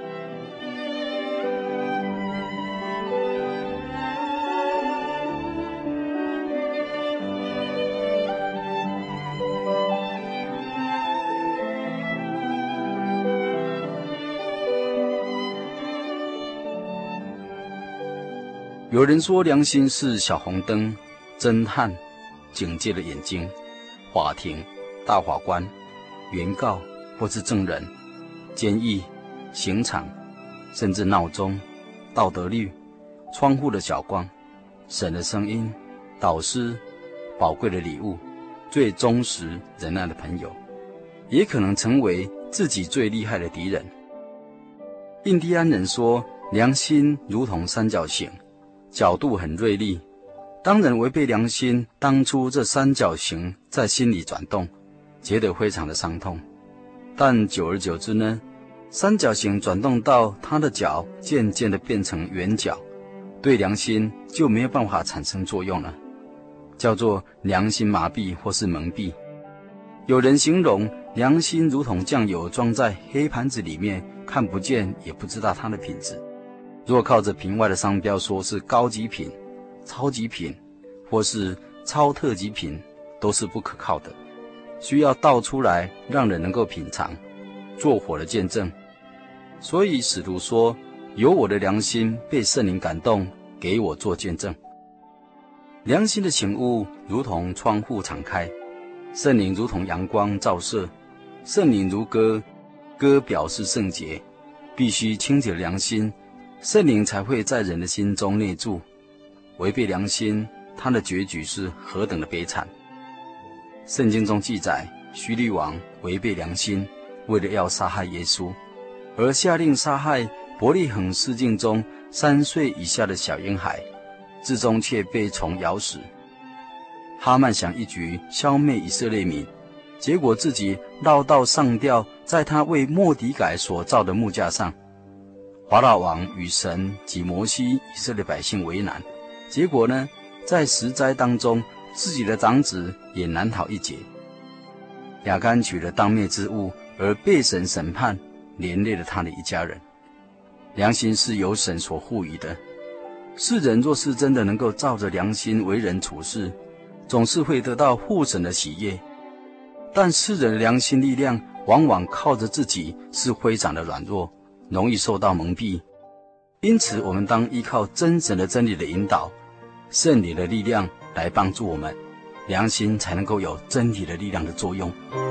有人说，良心是小红灯、侦探、警戒的眼睛、法庭、大法官、原告或是证人、监狱、刑场，甚至闹钟、道德律、窗户的小光、神的声音、导师、宝贵的礼物、最忠实仁爱的朋友，也可能成为自己最厉害的敌人。印第安人说，良心如同三角形，角度很锐利， 当人违背良心，当初这三角形在心里转动，觉得非常的伤痛。但久而久之呢，三角形转动到他的脚，渐渐的变成圆角，对良心就没有办法产生作用了，叫做良心麻痹或是蒙蔽。有人形容良心如同酱油装在黑盘子里面，看不见也不知道它的品质。若靠着瓶外的商标说是高级品、超级品或是超特级品，都是不可靠的，需要倒出来让人能够品尝，做火的见证。所以使徒说，有我的良心被圣灵感动，给我做见证。良心的醒悟如同窗户敞开，圣灵如同阳光照射，圣灵如歌，歌表示圣洁，必须清洁良心，圣灵才会在人的心中内住。违背良心，他的结局是何等的悲惨。圣经中记载，希律王违背良心，为了要杀害耶稣，而下令杀害伯利恒市境中三岁以下的小婴孩，至终却被虫咬死。哈曼想一举消灭以色列民，结果自己绕道上吊在他为末底改所造的木架上。法老王与神及摩西以色列百姓为难，结果呢，在十灾当中，自己的长子也难逃一劫。亚干取了当灭之物，而被神审判，连累了他的一家人。良心是由神所赋予的，世人若是真的能够照着良心为人处事，总是会得到父神的喜悦。但世人的良心力量往往靠着自己是非常的软弱，容易受到蒙蔽。因此我们当依靠真神的真理的引导，圣灵的力量来帮助我们，良心才能够有真理的力量的作用。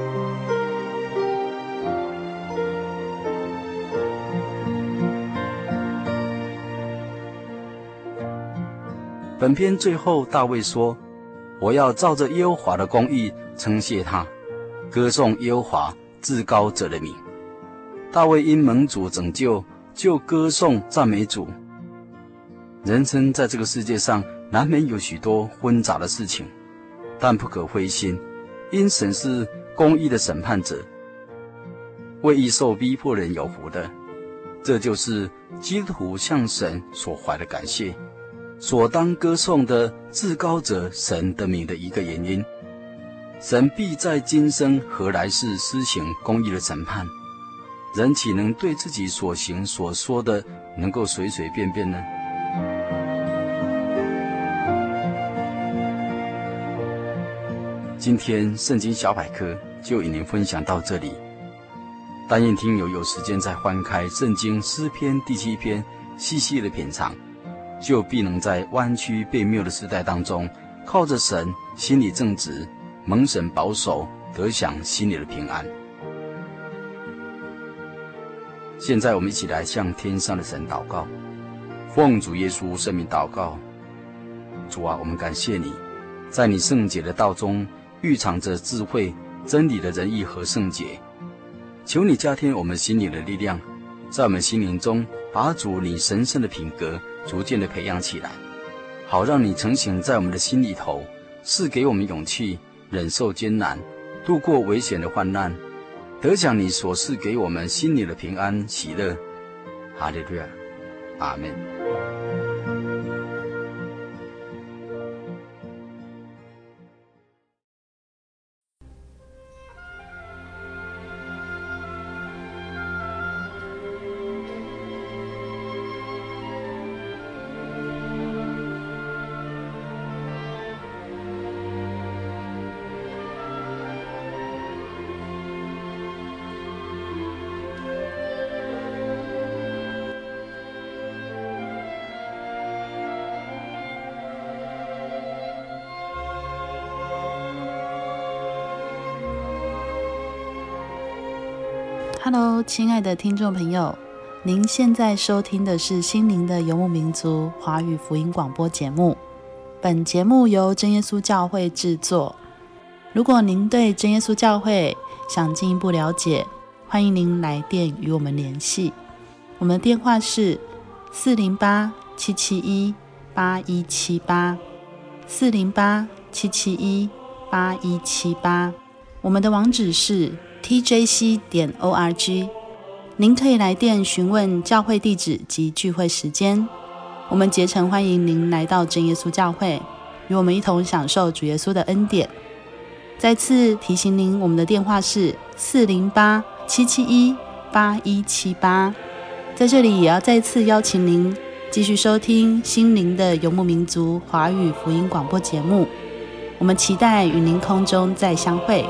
本篇最后大卫说，我要照着耶和华的公义称谢他，歌颂耶和华至高者的名。大卫因蒙主拯救，就歌颂赞美主。人生在这个世界上难免有许多混杂的事情，但不可灰心，因神是公义的审判者，为义受逼迫人有福的。这就是基督徒向神所怀的感谢，所当歌颂的至高者神的名的一个原因。神必在今生和来世施行公义的审判，人岂能对自己所行所说的能够随随便便呢？今天圣经小百科就与您分享到这里，但愿听友有时间再翻开圣经诗篇第七篇，细细的品尝，就必能在弯曲悖谬的时代当中，靠着神心里正直，蒙神保守，得享心里的平安。现在我们一起来向天上的神祷告，奉主耶稣圣名祷告。主啊，我们感谢你，在你圣洁的道中蕴藏着智慧、真理的仁义和圣洁。求你加添我们心灵的力量，在我们心灵中把主你神圣的品格逐渐的培养起来，好让你成型在我们的心里头，赐给我们勇气，忍受艰难，度过危险的患难，得享你所赐给我们心里的平安喜乐。哈利路亚，阿们。 Hello， 亲爱的听众朋友，您现在收听的是心灵的游牧民族华语福音广播节目。本节目由真耶稣教会制作。如果您对真耶稣教会想进一步了解，欢迎您来电与我们联系。我们的电话是四零八七七一八一七八四零八七七一八一七八，我们的网址是 T J C 点 O R G， 您可以来电询问教会地址及聚会时间。我们竭诚欢迎您来到真耶稣教会，与我们一同享受主耶稣的恩典。再次提醒您，我们的电话是四零八七七一八一七八。在这里也要再次邀请您继续收听心灵的游牧民族华语福音广播节目，我们期待与您空中再相会。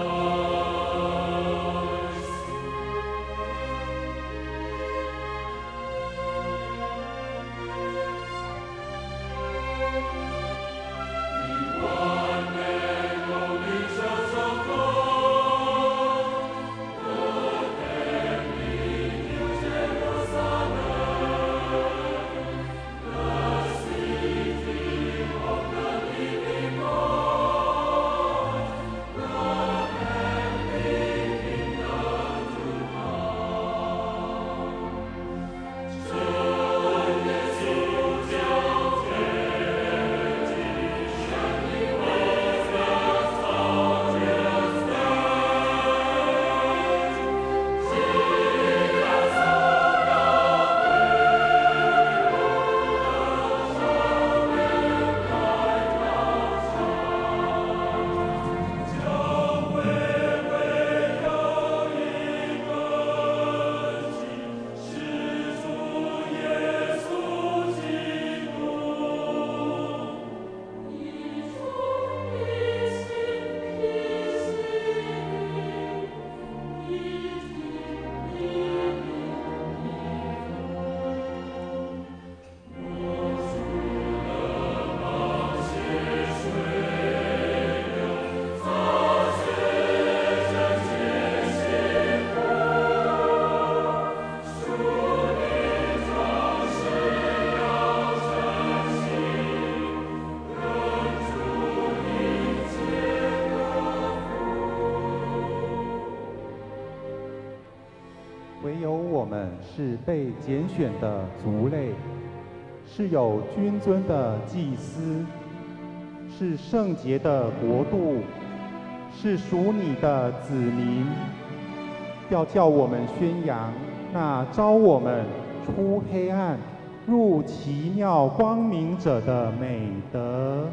唯有我们是被拣选的族类，是有君尊的祭司，是圣洁的国度，是属你的子民。要叫我们宣扬那召我们出黑暗入奇妙光明者的美德。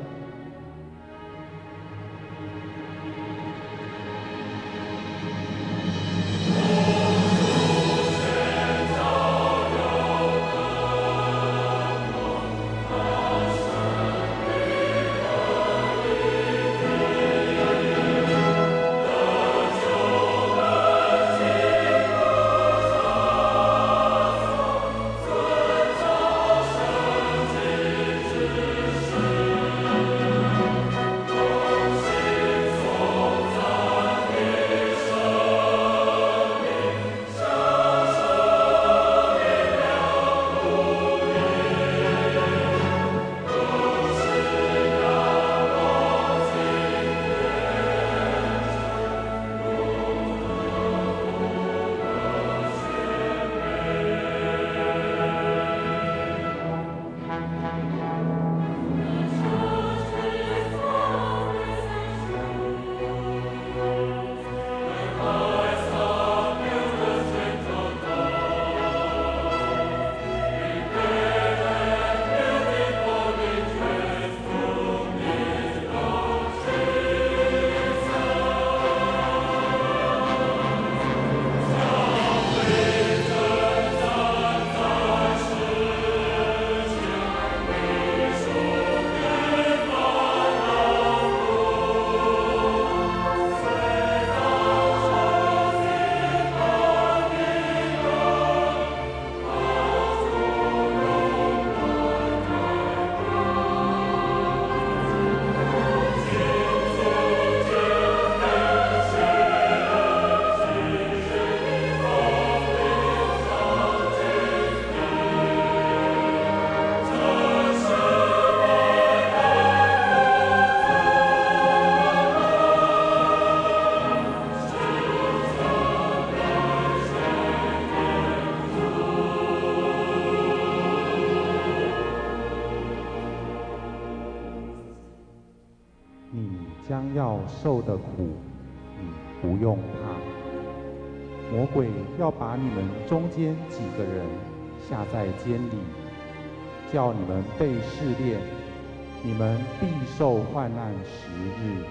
将要受的苦，你不用怕。魔鬼要把你们中间几个人下在监里，叫你们被试炼，你们必受患难十日。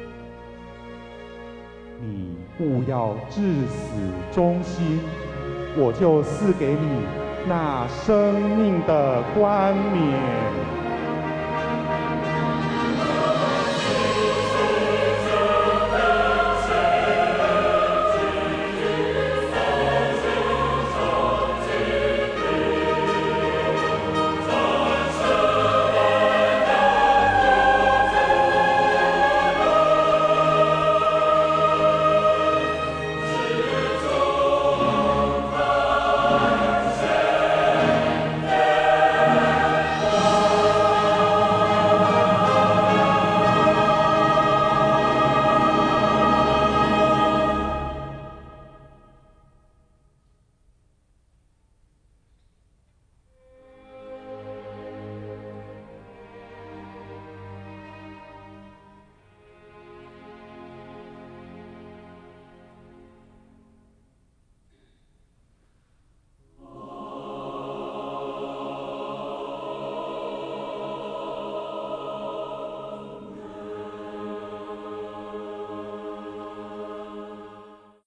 你务要至死忠心，我就赐给你那生命的冠冕。